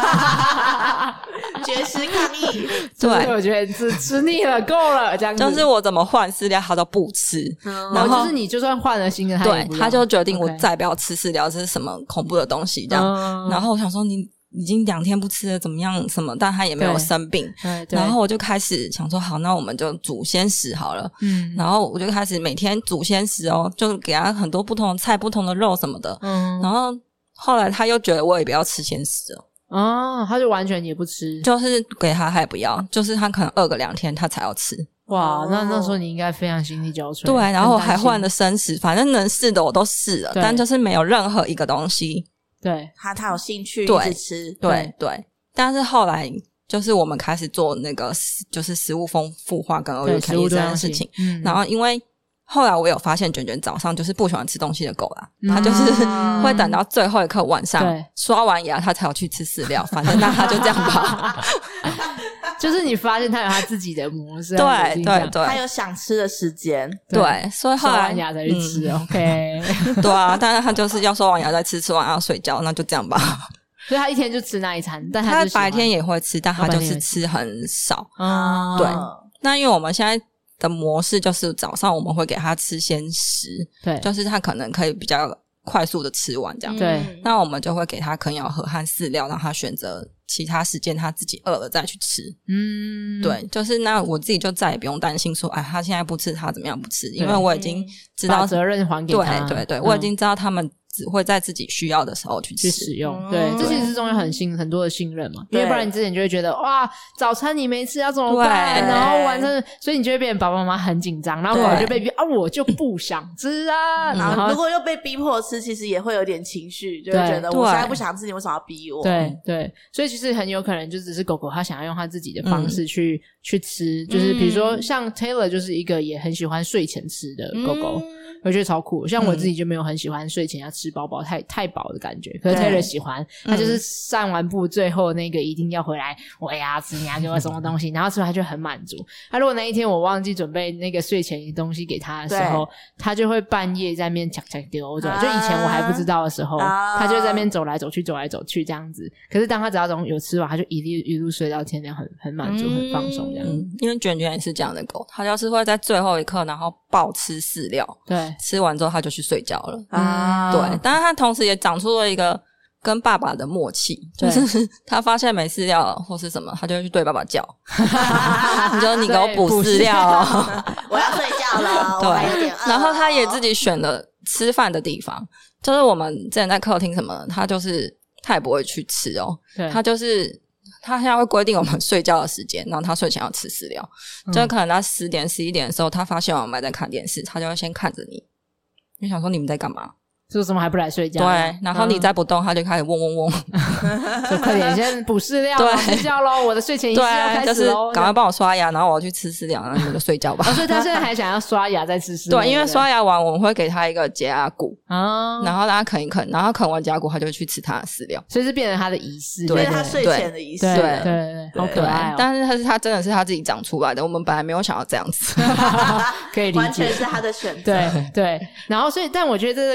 绝食抗议， 对，我觉得吃吃腻了够了这样子， 就是我怎么换饲料他都不吃、 嗯、然后就是你就算换了新的他也不对，他就决定我再不要吃饲料、okay. 这是什么恐怖的东西这样、嗯、然后我想说你已经两天不吃了怎么样什么，但他也没有生病，对对，然后我就开始想说好，那我们就煮鲜食好了，嗯，然后我就开始每天煮鲜食哦，就给他很多不同的菜不同的肉什么的，嗯，然后后来他又觉得我也不要吃鲜食了哦，他就完全也不吃， 就是给他他也不要，就是他可能饿个两天他才要吃。 哇，那那时候你应该非常心力交瘁。 对，然后我还换了生食，反正能试的我都试了，但就是没有任何一个东西对他他有兴趣一直吃， 对 对, 对，但是后来就是我们开始做那个就是食物丰富化跟All You Can Eat这件事情、嗯、然后因为后来我有发现卷卷早上就是不喜欢吃东西的狗啦、嗯、他就是会等到最后一刻晚上刷完牙他才有去吃饲料，反正那他就这样吧。 就是你发现他有他自己的模式， 对对对， 他有想吃的时间， 对，所以后来刷完牙才去吃、嗯、OK 对啊，但是他就是要刷完牙再吃，吃完要睡觉，那就这样吧。 所以他一天就吃那一餐，但他, 他白天也会吃，但他就是吃很少、哦、对。那因为我们现在的模式就是早上我们会给他吃鲜食，对，就是他可能可以比较快速的吃完这样，对、嗯，那我们就会给他啃咬合和饲料，让他选择其他时间他自己饿了再去吃，嗯，对，就是那我自己就再也不用担心说哎，他现在不吃他怎么样不吃，因为我已经知道把责任还给他， 对对对、嗯、我已经知道他们只会在自己需要的时候去吃去使用、嗯、对，这其实是中间很信很多的信任嘛，因为不然你之前就会觉得哇早餐你没吃要怎么办，然后晚餐，所以你就会变成爸爸妈妈很紧张，然后我就被逼啊我就不想吃啊、嗯、 然后如果又被逼迫吃其实也会有点情绪，就会觉得我现在不想吃你为什么要逼我， 对对，所以其实很有可能就只是狗狗它想要用它自己的方式去、嗯、去吃，就是比如说像 Taylor 就是一个也很喜欢睡前吃的狗狗、嗯，我觉得超酷，像我自己就没有很喜欢睡前要吃饱饱太太饱的感觉，可是 Taylor 喜欢，他就是上完步最后那个一定要回来我牙齿你要给我什么东西然后吃完他就很满足，他如果那一天我忘记准备那个睡前的东西给他的时候，他就会半夜在那边抢抢丢，就以前我还不知道的时候、啊、他就在那边走来走去走来走去这样子，可是当他只要有吃完他就一路一路睡到天亮，很很满足、嗯、很放松这样、嗯、 因为卷卷也是这样的狗，他就是会在最后一刻然后暴吃饲料，对，吃完之后他就去睡觉了啊，对，但是他同时也长出了一个跟爸爸的默契，就是他发现没饲料或是什么他就会去对爸爸叫你说你给我补饲料哦我要睡觉了对， 我还有点饿， 然后他也自己选了吃饭的地方，就是我们之前在客厅什么他就是他也不会去吃哦，他就是他现在会规定我们睡觉的时间，然后他睡前要吃饲料、嗯、就可能他十点十一点的时候他发现我们还在看电视，他就会先看着你，你想说你们在干嘛， 为什么还不来睡觉？ 对，然后你再不动、嗯、他就开始嗡嗡嗡就快点先补饲料咯，睡觉咯，我的睡前仪式要开始咯， 就是赶快帮我刷牙，然后我要去吃饲料，然后你们就睡觉吧、 哦、所以他现在还想要刷牙再吃饲料对，因为刷牙完我们会给他一个解压骨、哦、然后让他啃一啃，然后啃完解压骨他就会去吃他的饲料， 所以是变成他的仪式， 对，他睡前的仪式， 对对 对, 对，好可爱哦。 但是他是他真的是他自己长出来的，我们本来没有想要这样子可以理解， 完全是他的选择， 对对。然后所以但我觉得在这个过程中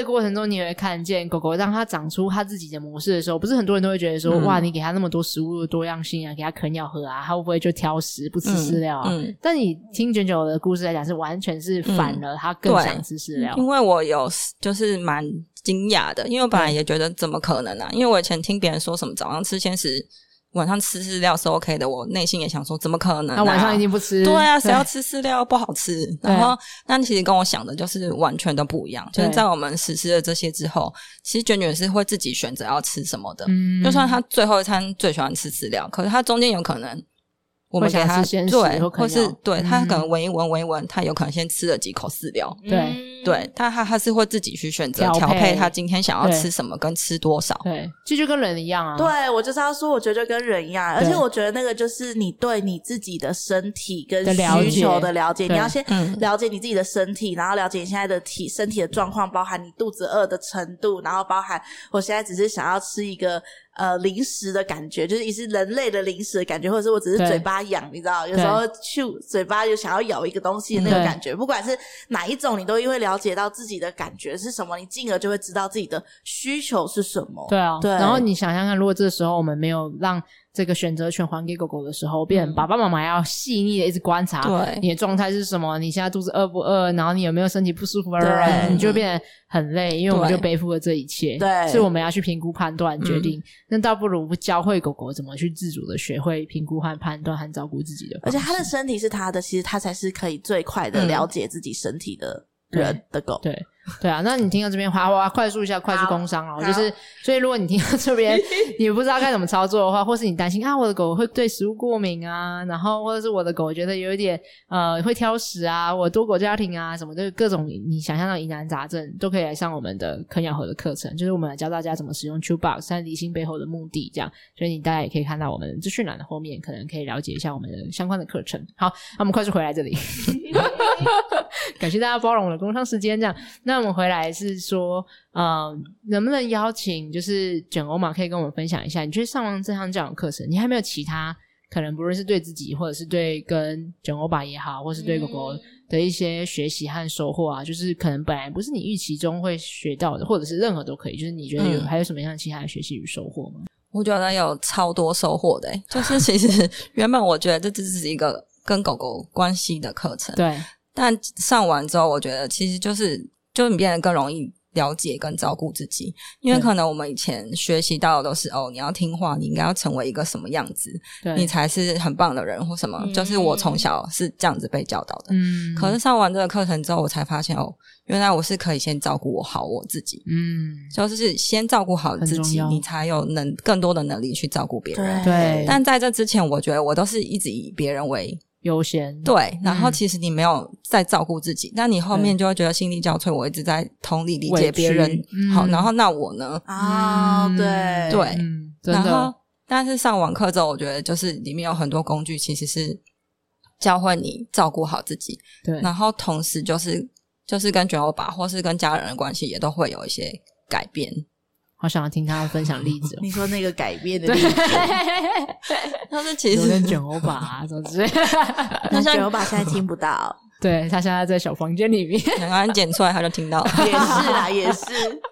候你也会看见狗狗当它长出它自己的模式的时候，不是很多人都会觉得说、嗯、哇你给它那么多食物的多样性啊，给它啃咬喝啊，它会不会就挑食不吃饲料啊、嗯嗯、但你听卷九的故事来讲是完全是反了，它更想吃饲料、 嗯、因为我有就是蛮惊讶的，因为我本来也觉得怎么可能啊，因为我以前听别人说什么早上吃鲜食晚上吃饲料是 OK 的，我内心也想说怎么可能啊， 那晚上一定不吃， 对啊，谁要吃饲料不好吃，然后但其实跟我想的就是完全都不一样，就是在我们实施了这些之后，其实卷卷是会自己选择要吃什么的、嗯、就算他最后一餐最喜欢吃饲料，可是他中间有可能我们给他对，或是对、嗯、他可能闻一闻闻一闻，他有可能先吃了几口饲料， 对对，但他他是会自己去选择调配他今天想要吃什么跟吃多少， 对，这就跟人一样啊。 对，我就是要说我觉得就跟人一样，而且我觉得那个就是你对你自己的身体跟需求的了解，你要先了解你自己的身体，然后了解你现在的体身体的状况，包含你肚子饿的程度，然后包含我现在只是想要吃一个呃零食的感觉，就是也是人类的零食的感觉，或者是我只是嘴巴痒，你知道有时候去嘴巴有想要咬一个东西的那个感觉，不管是哪一种你都因为了解到自己的感觉是什么，你进而就会知道自己的需求是什么。 对啊，对。然后你想想看，如果这时候我们没有让这个选择权还给狗狗的时候，变成爸爸妈妈要细腻的一直观察你的状态是什么，你现在肚子饿不饿，然后你有没有身体不舒服，你就变得很累，因为我们就背负了这一切，对，是我们要去评估判断决定、嗯、那倒不如教会狗狗怎么去自主的学会评估和判断和照顾自己的方式， 而且他的身体是他的，其实他才是可以最快的了解自己身体的人的狗、 嗯、对对啊，那你听到这边哗哗快速一下快速工商哦，就是所以如果你听到这边你不知道该怎么操作的话，或是你担心啊我的狗会对食物过敏啊，然后或者是我的狗觉得有一点呃会挑食啊，我多狗家庭啊什么的各种你想象到疑难杂症，都可以来上我们的啃咬合的课程，就是我们来教大家怎么使用 Chewbox 和离心背后的目的这样，所以你大家也可以看到我们资讯栏的后面可能可以了解一下我们的相关的课程。好，那我们快速回来这里感谢大家包容我的工商时间这样，那我们回来是说呃，能不能邀请就是卷欧玛可以跟我们分享一下，你去上完这项教养课程，你还没有其他可能不论是对自己或者是对跟卷欧巴也好，或是对狗狗的一些学习和收获啊、嗯、就是可能本来不是你预期中会学到的，或者是任何都可以，就是你觉得有、嗯、还有什么样其他的学习与收获吗？ 我觉得有超多收获的、欸、就是其实原本我觉得这只是一个跟狗狗关系的课程， 对， 但上完之后我觉得其实就是就你变得更容易了解跟照顾自己，因为可能我们以前学习到的都是哦，你要听话，你应该要成为一个什么样子，你才是很棒的人或什么、嗯、就是我从小是这样子被教导的。嗯，可是上完这个课程之后我才发现哦，原来我是可以先照顾好我自己，嗯，就是先照顾好自己，你才有能更多的能力去照顾别人。 对， 但在这之前我觉得我都是一直以别人为优先， 对，然后其实你没有在照顾自己、嗯、但你后面就会觉得心力交瘁，我一直在同理理解别人、嗯、好，然后那我呢啊、哦，对对、 嗯、真的。 然后但是上完课之后我觉得就是里面有很多工具其实是教会你照顾好自己， 对， 然后同时就是就是跟卷欧巴或是跟家人的关系也都会有一些改变。 好想要听他分享例子、哦、 你说那个改变的例子但是其实有点卷欧巴啊什么之类的那卷欧巴现在听不到对，他现在在小房间里面刚刚剪出来他就听到也是啦也是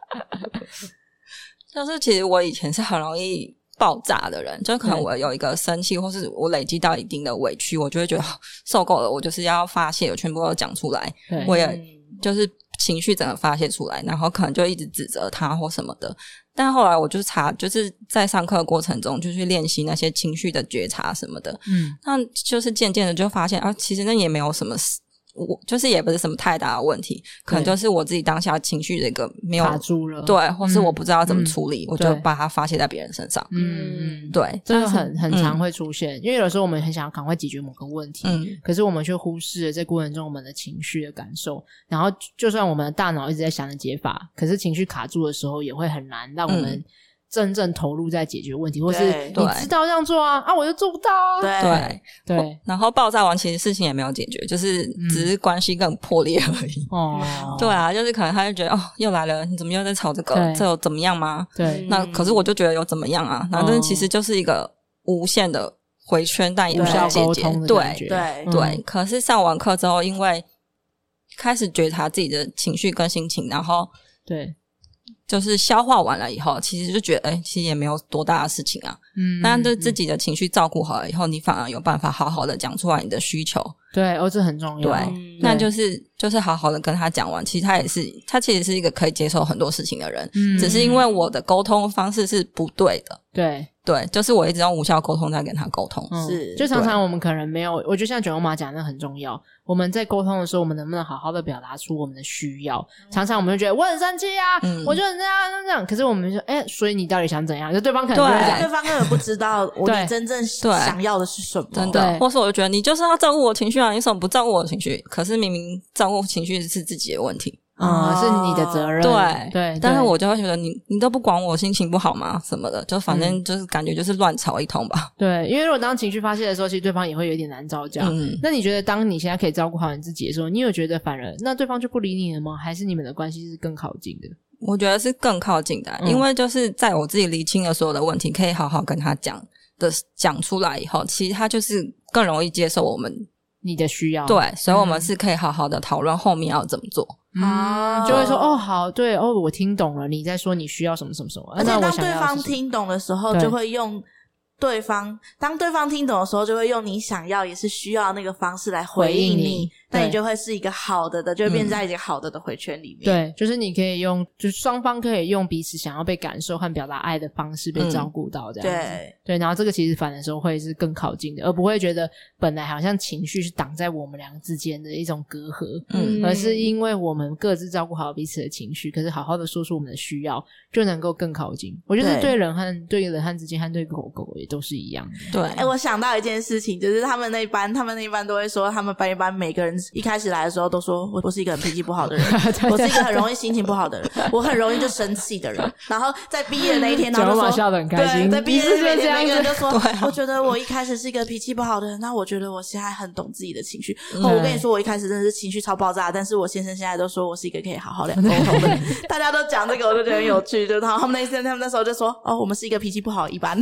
就是其实我以前是很容易爆炸的人，就可能我有一个生气或是我累积到一定的委屈，我就会觉得受够了，我就是要发泄，我全部都讲出来，我也就是情绪整个发泄出来，然后可能就一直指责他或什么的。但后来我就查，就是在上课的过程中就去练习那些情绪的觉察什么的，嗯，那就是渐渐的就发现啊，其实那也没有什么我就是也不是什么太大的问题，可能就是我自己当下情绪的一个没有卡住了， 对，或是我不知道怎么处理、嗯、我就把它发泄在别人身上。 嗯， 对， 这个很很常会出现、嗯、因为有时候我们很想要赶快解决某个问题、嗯、可是我们却忽视了在过程中我们的情绪的感受，然后就算我们的大脑一直在想着解法，可是情绪卡住的时候也会很难让我们、嗯真正投入在解决问题，或是你知道这样做啊啊我就做不到啊， 对对对， 然后爆炸完其实事情也没有解决，就是只是关系更破裂而已、嗯、哦，对啊，就是可能他就觉得哦又来了，你怎么又在吵这个，这有怎么样吗？ 对， 那可是我就觉得有怎么样啊，然后但是其实就是一个无限的回圈，但也不需要解决，对对对、嗯、可是上完课之后因为开始觉察自己的情绪跟心情，然后对就是消化完了以后，其实就觉得哎、欸，其实也没有多大的事情啊。嗯，但对自己的情绪照顾好了以后，你反而有办法好好的讲出来你的需求。 对，哦，这很重要。 对，嗯、那就是就是好好的跟他讲完，其实他也是他其实是一个可以接受很多事情的人，嗯、只是因为我的沟通方式是不对的。 对对，就是我一直用无效沟通在跟他沟通。 嗯、是，就常常我们可能没有，我觉得像卷欧妈讲的很重要。我们在沟通的时候，我们能不能好好的表达出我们的需要？嗯、常常我们就觉得我很生气啊，嗯、我就很这样这样，可是我们就说，哎、欸，所以你到底想怎样？就对方可能就会讲， 对方根本不知道我你真正想要的是什么， 真的。或是我就觉得你就是要照顾我情绪啊，你怎么不照顾我的情绪？可是明明照顾情绪是自己的问题。 嗯，是你的责任。 对对， 但是我就会觉得你你都不管我心情不好吗？什么的，就反正就是感觉就是乱吵一通吧。 对，因为如果当情绪发泄的时候，其实对方也会有点难招架。嗯，那你觉得当你现在可以照顾好你自己的时候，你有觉得反而那对方就不理你了吗？还是你们的关系是更靠近的？ 我觉得是更靠近的、嗯、因为就是在我自己厘清了所有的问题，可以好好跟他讲的讲出来以后，其实他就是更容易接受我们你的需要。 对，所以我们是可以好好的讨论后面要怎么做。 嗯，就会说哦好，对哦，我听懂了，你在说你需要什么什么什么。 而且当对方听懂的时候，就会用对方当对方听懂的时候，就会用你想要也是需要那个方式来回应你，那你就会是一个好的的，就会变在一个好的的回圈里面。 对，就是你可以用，就是双方可以用彼此想要被感受和表达爱的方式被照顾到，这样子。嗯、对对，然后这个其实反的时候会是更靠近的，而不会觉得本来好像情绪是挡在我们两个之间的一种隔阂，嗯，而是因为我们各自照顾好彼此的情绪，可是好好的说出我们的需要，就能够更靠近。我觉得对人和对人和之间和对狗狗也都是一样的。 对， 哎、欸，我想到一件事情，就是他们那班，他们那班都会说，他们班一班每个人一开始来的时候都说，我我是一个很脾气不好的人，我是一个很容易心情不好的人，我很容易就生气的人。然后在毕业的那一天，然后就说， 笑得很开心。 对，在毕业的那一天，每个人就说，我觉得我一开始是一个脾气不好的人，那我觉得我现在很懂自己的情绪。嗯、哦，我跟你说，我一开始真的是情绪超爆炸，但是我先生现在都说我是一个可以好好聊沟通的人。大家都讲这个，我就觉得很有趣。就然后他们那天，他们那时候就说，哦，我们是一个脾气不好一般。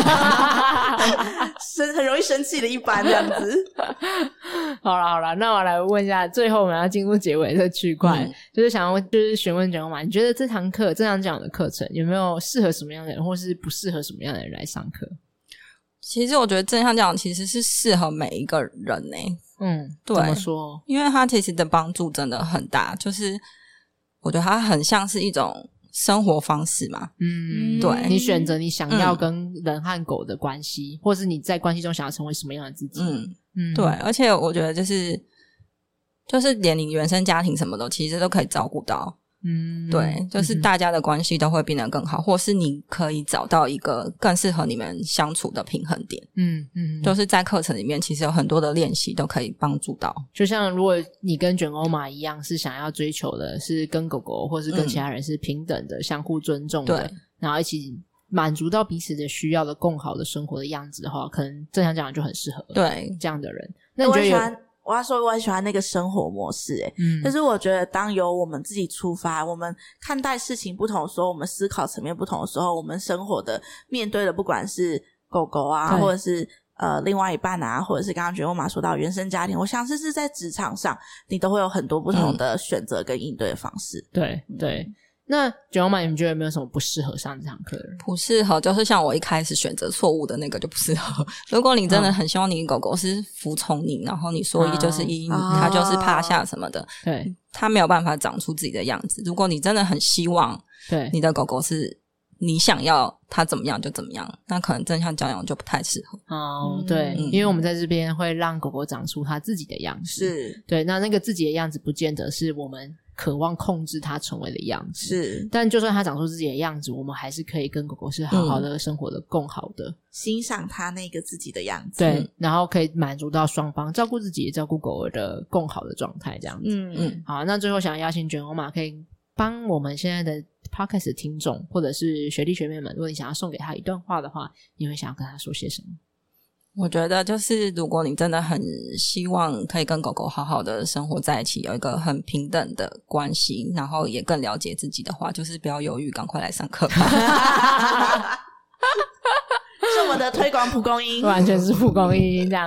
生很容易生气的一般这样子。 好啦好啦，那我来问一下，最后我们要进入结尾的区块、嗯、就是想要就是询问卷欧妈，你觉得这堂课这堂讲的课程有没有适合什么样的人，或是不适合什么样的人来上课？ 其实我觉得正向讲其实是适合每一个人呢、欸。 嗯， 对， 怎么说？ 因为它其实的帮助真的很大，就是我觉得它很像是一种生活方式嘛。嗯，对， 你选择你想要跟人和狗的关系、嗯、或是你在关系中想要成为什么样的自己。 嗯嗯，对，而且我觉得就是就是连你原生家庭什么的其实都可以照顾到。嗯，对，就是大家的关系都会变得更好、嗯、或是你可以找到一个更适合你们相处的平衡点。嗯嗯，就是在课程里面其实有很多的练习都可以帮助到。 就像如果你跟卷欧玛一样是想要追求的是跟狗狗或是跟其他人是平等的、嗯、相互尊重的，然后一起满足到彼此的需要的更好的生活的样子的话，可能正向讲就很适合对这样的人。那你觉得有我要说我很喜欢那个生活模式诶、嗯、就是我觉得当由我们自己出发，我们看待事情不同的时候，我们思考层面不同的时候，我们生活的面对的不管是狗狗啊或者是呃另外一半啊，或者是刚刚卷欧玛说到原生家庭，我相信是在职场上你都会有很多不同的选择跟应对的方式、 嗯、对对。那卷欧玛你们觉得有没有什么不适合上这堂课的人？ 不适合就是像我一开始选择错误的那个就不适合。如果你真的很希望你狗狗是服从你、嗯、然后你说一就是一、嗯、它就是趴下什么的，对，它没有办法长出自己的样子。如果你真的很希望对你的狗狗是你想要它怎么样就怎么样，那可能正向教养就不太适合。 哦，对、嗯、因为我们在这边会让狗狗长出它自己的样子，是对，那那个自己的样子不见得是我们渴望控制它成为的样子，是，但就算它长出自己的样子，我们还是可以跟狗狗是好好的生活的、嗯、更好的欣赏它那个自己的样子， 对，然后可以满足到双方照顾自己也照顾狗儿的更好的状态这样子。嗯嗯，好，那最后想邀请卷欧玛可以帮我们现在的 podcast 的听众或者是学弟学妹们，如果你想要送给他一段话的话，你会想要跟他说些什么？ 我觉得就是如果你真的很希望可以跟狗狗好好的生活在一起，有一个很平等的关系，然后也更了解自己的话，就是不要犹豫，赶快来上课吧。 是我们的推广蒲公英， 完全是蒲公英这样。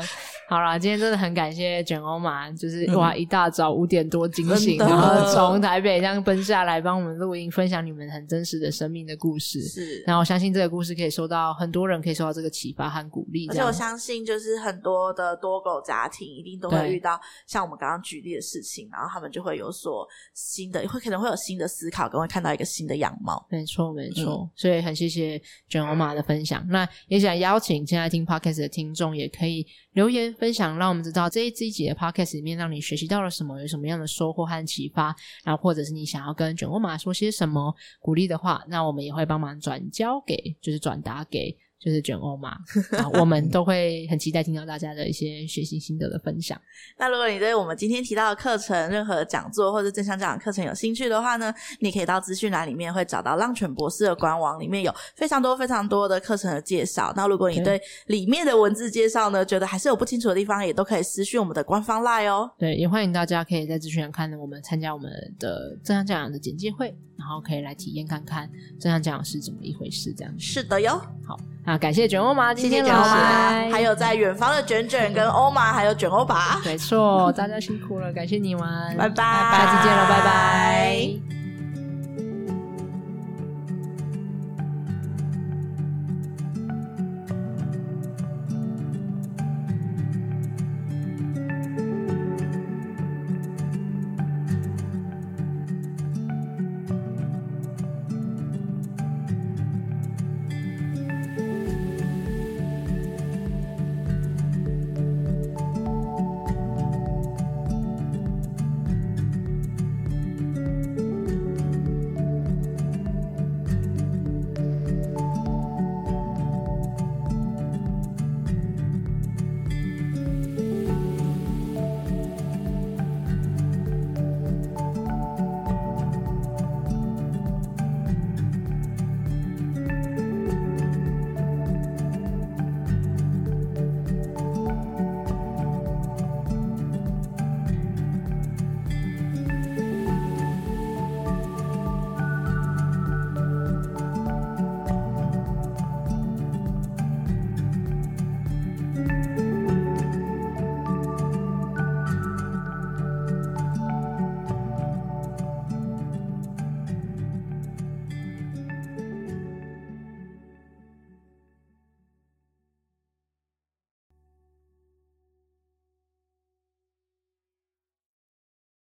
好啦，今天真的很感谢卷欧玛，就是哇一大早五点多惊醒，然后从台北这样奔下来帮我们录音，分享你们很真实的生命的故事。 是， 然后我相信这个故事可以受到很多人可以受到这个启发和鼓励， 而且我相信就是很多的多狗家庭一定都会遇到像我们刚刚举例的事情，然后他们就会有所新的，会可能会有新的思考，跟会看到一个新的样貌。 没错没错、嗯、所以很谢谢卷欧玛的分享。那也想邀请现在听 Podcast 的听众也可以留言分享，让我们知道这一集的 Podcast 里面让你学习到了什么，有什么样的收获和启发，然后或者是你想要跟卷欧玛说些什么鼓励的话，那我们也会帮忙转交给就是转达给就是卷欧玛我们都会很期待听到大家的一些学习心得的分享。 那如果你对我们今天提到的课程任何讲座或者正向教养课程有兴趣的话呢，你可以到资讯栏里面会找到浪犬博士的官网，里面有非常多非常多的课程的介绍。那如果你对里面的文字介绍呢觉得还是有不清楚的地方，也都可以私讯我们的官方 LINE 哦。 对，也欢迎大家可以在资讯栏看我们参加我们的正向教养的简介会，然后可以来体验看看正向教养是怎么一回事这样。 是的哟。 好，那感谢卷欧玛今天来， 谢谢卷欧玛，还有在远方的卷卷跟欧玛还有卷欧爸。 没错，大家辛苦了，感谢你们， 拜拜， 下期见了，拜拜。